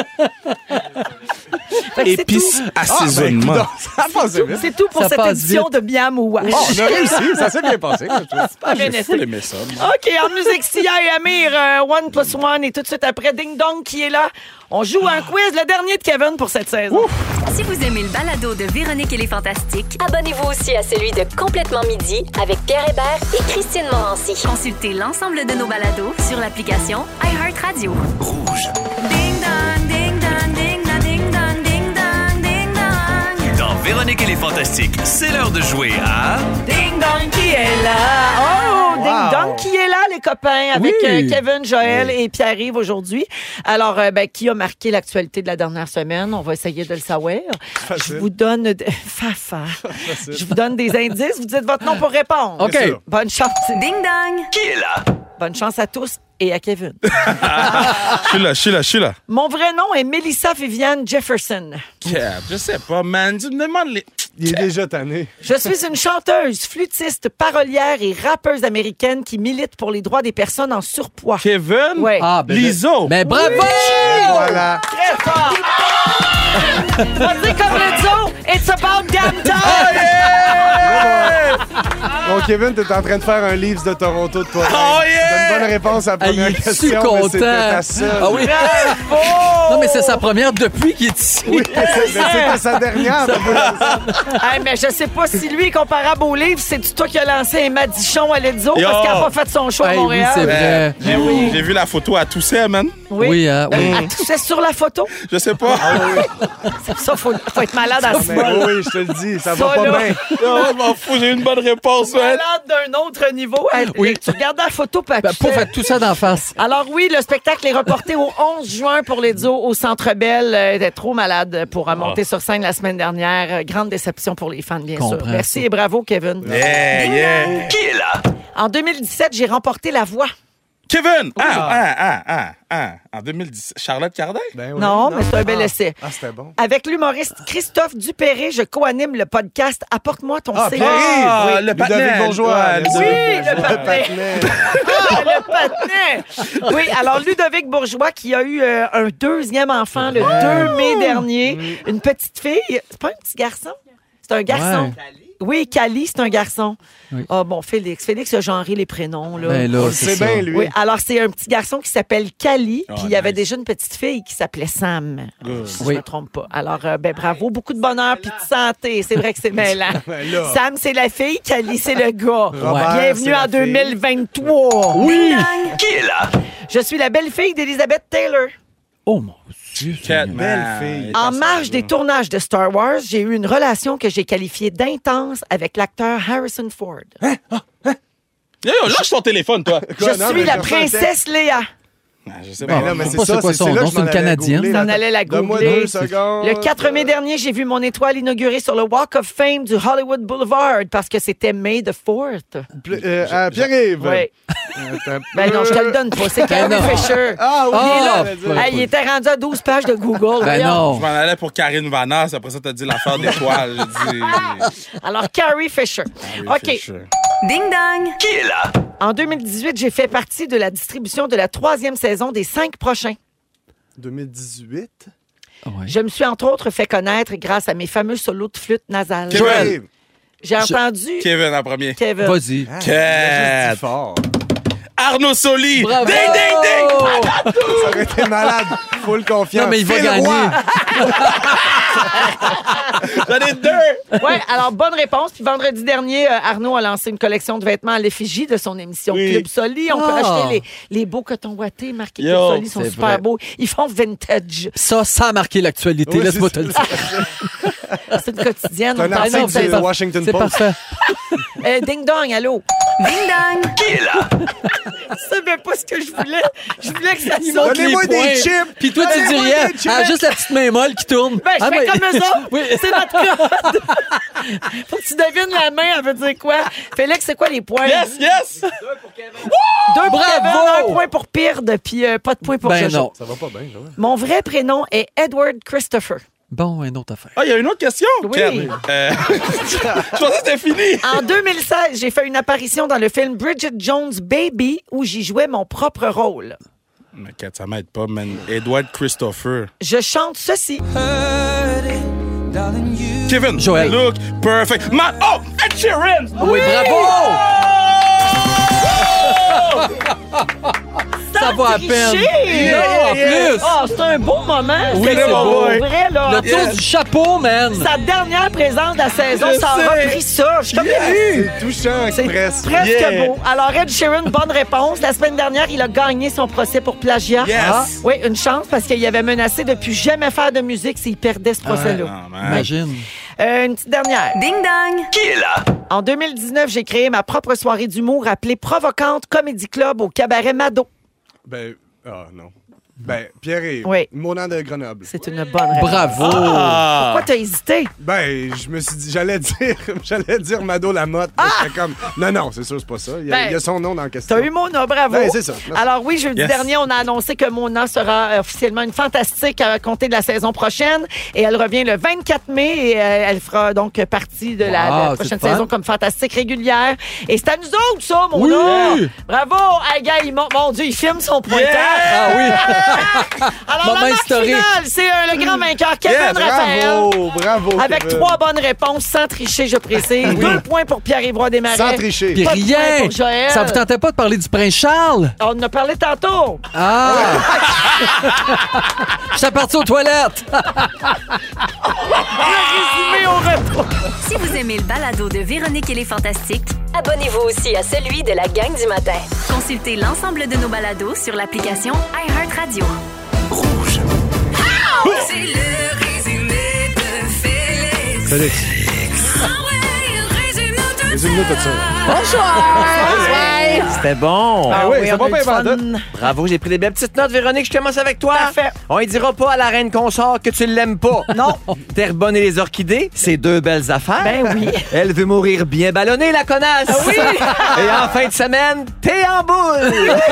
Fait que c'est Épices, tout. assaisonnement. Ah, ben, ça passe vite. C'est tout pour Ça cette passe édition vite. de Miam ou Wash. Oh, on a réussi, ça s'est bien passé. je trouve. Pas bien J'ai essayé. full aimé ça. moi. OK, en musique, Sia et Amir, euh, One plus One, et tout de suite après, Ding Dong qui est là. On joue un quiz, le dernier de Kevin pour cette saison. Si vous aimez le balado de Véronique et les Fantastiques, Abonnez-vous aussi à celui de Complètement Midi avec Pierre Hébert et Christine Morancy. consultez l'ensemble de nos balados sur l'application iHeartRadio. Rouge. Ding dong, ding dong, ding dong, ding dong, ding dong, ding dong. Dans Véronique et les Fantastiques, c'est l'heure de jouer à... Ding Dong qui est là. Oh, Ding Wow. Dong qui est là, les copains, avec Oui. euh, Kevin, Joël et Pierre-Yves aujourd'hui. Alors, euh, ben, qui a marqué l'actualité de la dernière semaine? On va essayer de le savoir. Facile. Je vous donne... de- Fafa. Je vous donne des indices. Vous dites votre nom pour répondre. OK. sûr. Bonne chance. Ding dong. Qui est là? Bonne chance à tous et à Kevin. Je suis là, je suis là, je suis là. Mon vrai nom est Melissa Viviane Jefferson. Yeah, je sais pas, man. Tu me demandes les... Il est déjà tanné. Je suis une chanteuse, flûtiste, parolière et rappeuse américaine qui milite pour les droits des personnes en surpoids. Kevin? Ouais. Ah, ben, Lizzo? Mais bravo! Voilà. Très fort! On va dire comme le zoo, it's about damn time! Bon, Kevin, t'es en train de faire un livre de Toronto de toi. Oh yeah! T'as une bonne réponse à la Ah, il première est-tu question, mais content? c'était ta seule. Ah oui. Bravo! Non, mais c'est sa première depuis qu'il est ici. Oui, c'est- mais c'était sa dernière. Hey, mais je sais pas si lui est comparable au livre, c'est toi qui as lancé un madichon à Lizzo Yo. parce qu'elle n'a pas fait son show à Hey, oui, Montréal. c'est vrai. Euh, J'ai vu, j'ai vu la photo à Toussaint, man. Oui. Oui, hein, oui. Elle toussait sur la photo. Je sais pas. Ça, faut, faut être malade à ce Mais moment. oui, je te le dis, ça va Ça, pas là. bien. Non, je m'en fous, j'ai une bonne réponse, man. Malade d'un autre niveau. Hey, Oui. Tu regardes la photo, puis elle Ben, pour toussait. faire tout ça d'en face. Alors oui, le spectacle est reporté au onze juin pour les duos au Centre Bell. Euh, Elle était trop malade pour euh, monter sur scène la semaine dernière. Euh, Grande déception pour les fans, bien sûr. Comprends Merci ça. et bravo, Kevin. Yeah, yeah. Qui est là? En deux mille dix-sept, j'ai remporté la voix. Kevin! Ah, ah, ah, ah, ah. En deux mille dix, Charlotte Cardin? Ben oui. Non, mais c'est un bel essai. Ah, c'était bon. Avec l'humoriste Christophe Dupéré, je co-anime le podcast Apporte-moi ton Ah, C. Pierre-Yves! Ah, Oui, le Ludovic patinet. Bourgeois. Ouais, Ludovic Oui, Bourgeois. le patinet. Ah, le patinet! Oui, alors Ludovic Bourgeois qui a eu euh, un deuxième enfant le deux mai dernier. Une petite fille. C'est pas un petit garçon? C'est un garçon. Ouais. Oui, Cali, c'est un garçon. Oui. Ah bon, Félix. Félix a genré les prénoms. Là. Ben là, On le c'est sait ça. bien, lui. Oui, alors c'est un petit garçon qui s'appelle Cali, Oh, puis il y avait nice. déjà une petite fille qui s'appelait Sam. Si je Oui. me trompe pas. Alors, euh, ben bravo, beaucoup de bonheur puis de santé. C'est vrai que c'est mêlant. Ben là. Sam, c'est la fille, Cali, c'est le gars. Robert, Bienvenue c'est la en fille. deux mille vingt-trois. Oui! Qui est là? Je suis la belle-fille d'Elizabeth Taylor. Oh mon Dieu. Quelle belle fille. En marge des tournages de Star Wars, j'ai eu une relation que j'ai qualifiée d'intense avec l'acteur Harrison Ford. Yo, yo, lâche ton téléphone, toi. Je Quoi, non, suis mais la j'ai reçu un princesse Léa. Ah, je sais Ben pas. là, mais Je sais c'est pas ça, c'est quoi c'est son c'est là nom, que je c'est une m'en allais Canadienne. googler. T'en allais la Donne-moi googler. deux secondes. Le quatre mai dernier, j'ai vu mon étoile inaugurée sur le Walk of Fame du Hollywood Boulevard parce que c'était May the fourth. Pl- euh, euh, Pierre-Yves. Oui. Attends. Ben non, je te le donne pas. C'est Carrie non. Fisher. Ah oui, Ah, il est là. pas- Hey, il était rendu à douze pages de Google. Ben voyons. non. Je m'en allais pour Karine Vanasse, après ça, t'as dit l'affaire d'étoile. J'ai dit. Alors, Carrie Fisher. OK. Fisher. Ding dong! Qui est là? En deux mille dix-huit, j'ai fait partie de la distribution de la troisième saison des cinq prochains. deux mille dix-huit. Ouais. Je me suis entre autres fait connaître grâce à mes fameux solos de flûte nasale. Kevin. Pierre-Yves. J'ai entendu Kevin en premier. Kevin. Vas-y. Ah, Cat. il a juste dit fort. Arnaud Soli. Bravo! Ding, ding, ding. Ça aurait été malade. Full confiance. Non, mais il va Phil gagner. Roy. J'en ai deux. Ouais, alors bonne réponse. Puis vendredi dernier, euh, Arnaud a lancé une collection de vêtements à l'effigie de son émission Oui. Club Soli. On peut Ah. acheter les, les beaux cotons ouatés marqués Yo, Club Soli. Ils sont c'est super vrai. beaux. Ils font vintage. Ça, ça a marqué l'actualité. Oui, Laisse-moi c'est te le ça. dire. C'est une quotidienne. C'est un On parle- article non, du c'est- Washington C'est Post. parfait. Euh, ding dong, allô. Ding dong! Qui est là? Je savais pas ce que je voulais. Je voulais que ça Il sonne. monte Donnez-moi les des points. chips. Puis toi, tu dis Donnez-moi rien. des chips. Ah, juste la petite main molle qui tourne. Ben, je Ah, fais mais- comme eux autres. Oui. C'est notre code. Faut que tu devines la main, elle veut dire quoi? Félix, c'est quoi les points? Yes, yes. Deux pour Bravo! Kevin, un point pour Pierre, puis euh, pas de point pour Ben Jojo. non. Ça va pas bien, Joël. Mon vrai prénom est Edward Christopher. Bon, une autre affaire. Ah, il y a une autre question. Oui. Quelle? Euh, je pensais que c'était fini. En deux mille seize, j'ai fait une apparition dans le film Bridget Jones' Baby où j'y jouais mon propre rôle. Mais Kat, ça m'aide pas, man. Edward Christopher. Je chante ceci. Kevin. Joël. Look perfect. Ma oh, Ed Sheeran. Oui, bravo! Ça va à peine. tricher! Non, en plus. Ah, c'est un beau moment. Oui, c'est c'est pour beau. vrai, là. Le tour du chapeau, man. Sa dernière présence de la saison, Je ça a sais. repris ça. Je suis comme émue. C'est touchant, C'est Express. presque Yeah. beau. Alors, Ed Sheeran, bonne réponse. La semaine dernière, il a gagné son procès pour plagiat. Yes. Ah, oui, une chance parce qu'il avait menacé de plus jamais faire de musique s'il perdait ce procès-là. Non, man. Imagine. Euh, une petite dernière. Ding dong! Qui est là? En deux mille dix-neuf, j'ai créé ma propre soirée d'humour appelée Provocante Comedy Club au cabaret Mado. Ben, ah non. Ben, Pierre-Yves. Oui. Mona de Grenoble. C'est une bonne réponse. Bravo. Ah. Pourquoi t'as hésité? Ben, je me suis dit, j'allais dire, j'allais dire Mado Lamotte. mais J'étais comme, non, non, c'est sûr, c'est pas ça. Il y a, Ben, il y a son nom dans la question. T'as eu Mona, bravo. Ben, c'est ça. Merci. Alors oui, jeudi Yes. dernier, on a annoncé que Mona sera euh, officiellement une fantastique à compter de la saison prochaine. Et elle revient le vingt-quatre mai et euh, elle fera donc partie de la, Wow, de la c'est prochaine fun. saison comme fantastique régulière. Et c'est à nous autres, ça, Mona! Oui. Bravo! Hey, gars, il mon, mon Dieu, il filme son pointage. Ah oui. Alors, Moment la marque historique. finale, c'est euh, le grand vainqueur, Kevin Yeah, Raphaël. bravo, bravo. Avec Kevin. trois bonnes réponses, sans tricher, je précise. Deux points pour Pierre-Yves Roy Desmarais. Sans tricher. Puis Pas de rien. point pour Joël. Ça vous tentait pas de parler du prince Charles? On en a parlé tantôt. Ah! Je suis parti aux toilettes. Résumé au retour. Si vous aimez le balado de Véronique et les Fantastiques, Abonnez-vous aussi à celui de la gang du matin. consultez l'ensemble de nos balados sur l'application iHeartRadio. Rouge. C'est le résumé de Félix. Félix. Ah ouais, résume-nous tout Résume-nous tout ça. C'était bon. Ah oui, oui, c'est on pas a eu bien du fun. vendu. Bravo, j'ai pris des belles petites notes. Véronique, je commence avec toi. Parfait. On ne dira pas à la reine consort que tu l'aimes pas. Non. Terrebonne et les orchidées, c'est deux belles affaires. Ben oui. Elle veut mourir bien ballonnée, la connasse. oui. Et en fin de semaine, t'es en boule.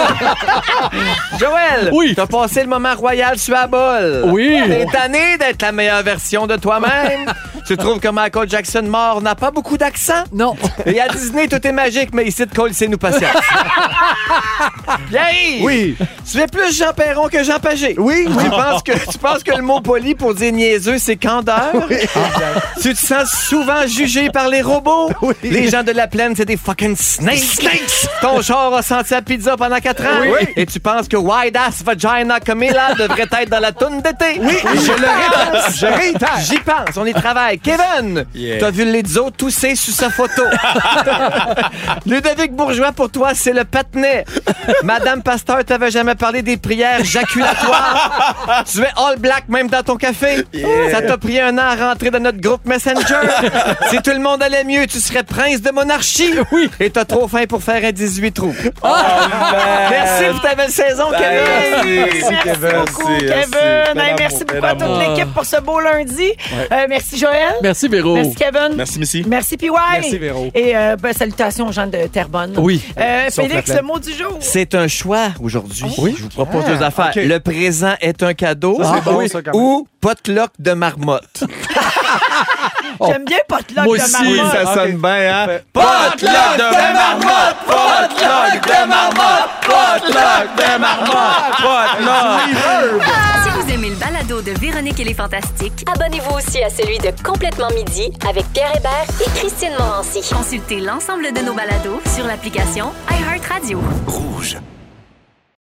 Joël, Oui. t'as passé le moment royal sur la bolle. Oui. T'es tanné d'être la meilleure version de toi-même. Tu trouves que Michael Jackson mort n'a pas beaucoup d'accent? Non. Et à Disney, tout est magique, mais ici, de coller, c'est nous patience. Pierre! Oui. Tu es plus Jean Perron que Jean Pagé. Oui. Tu penses que, tu penses que le mot poli pour dire niaiseux, c'est candeur? Tu te sens souvent jugé par les robots? Les gens de la plaine, c'est des fucking snakes. Ton char a senti la pizza pendant quatre ans? Oui. Et tu penses que Wide Ass Vagina Camilla devrait être dans la toune d'été? Oui. Je le répète. Je réitère. J'y pense, on y travaille. Kevin, Yeah. t'as vu Lizzo tousser sur sa photo. Ludovic Bourgeois, pour toi, c'est le patinet. Madame Pasteur t'avait jamais parlé des prières jaculatoires. Tu es all black même dans ton café. Ça t'a pris un an à rentrer dans notre groupe Messenger. Si tout le monde allait mieux, tu serais prince de monarchie. Oui. Et t'as trop faim pour faire un dix-huit trous. Merci pour ta belle saison, Kevin. Merci, Merci beaucoup, merci, Kevin. merci. Hey, merci beaucoup à toute l'équipe pour ce beau lundi. Euh, merci, Joël. Merci, Véro. Merci, Kevin. Merci, Missy. Merci, P Y. Merci, Véro. Et euh, ben, salutations aux gens de Terrebonne. Oui. Euh, Sauf Félix, la le plaine. mot du jour. C'est un choix aujourd'hui. Oui. Je vous propose Ah, deux affaires. ok. Le présent est un cadeau. Ça, c'est bon, Oui. ça, quand même. Ou potluck de marmotte. J'aime bien potluck Moi de aussi, marmotte. Ça sonne Ok. bien, hein? Potluck de marmotte! Potluck de marmotte! Potluck de marmotte! Potluck! Si vous aimez le balado de Véronique et les Fantastiques, Abonnez-vous aussi à celui de Complètement Midi avec Pierre Hébert et Christine Morancy. consultez l'ensemble de nos balados sur l'application iHeartRadio. Rouge.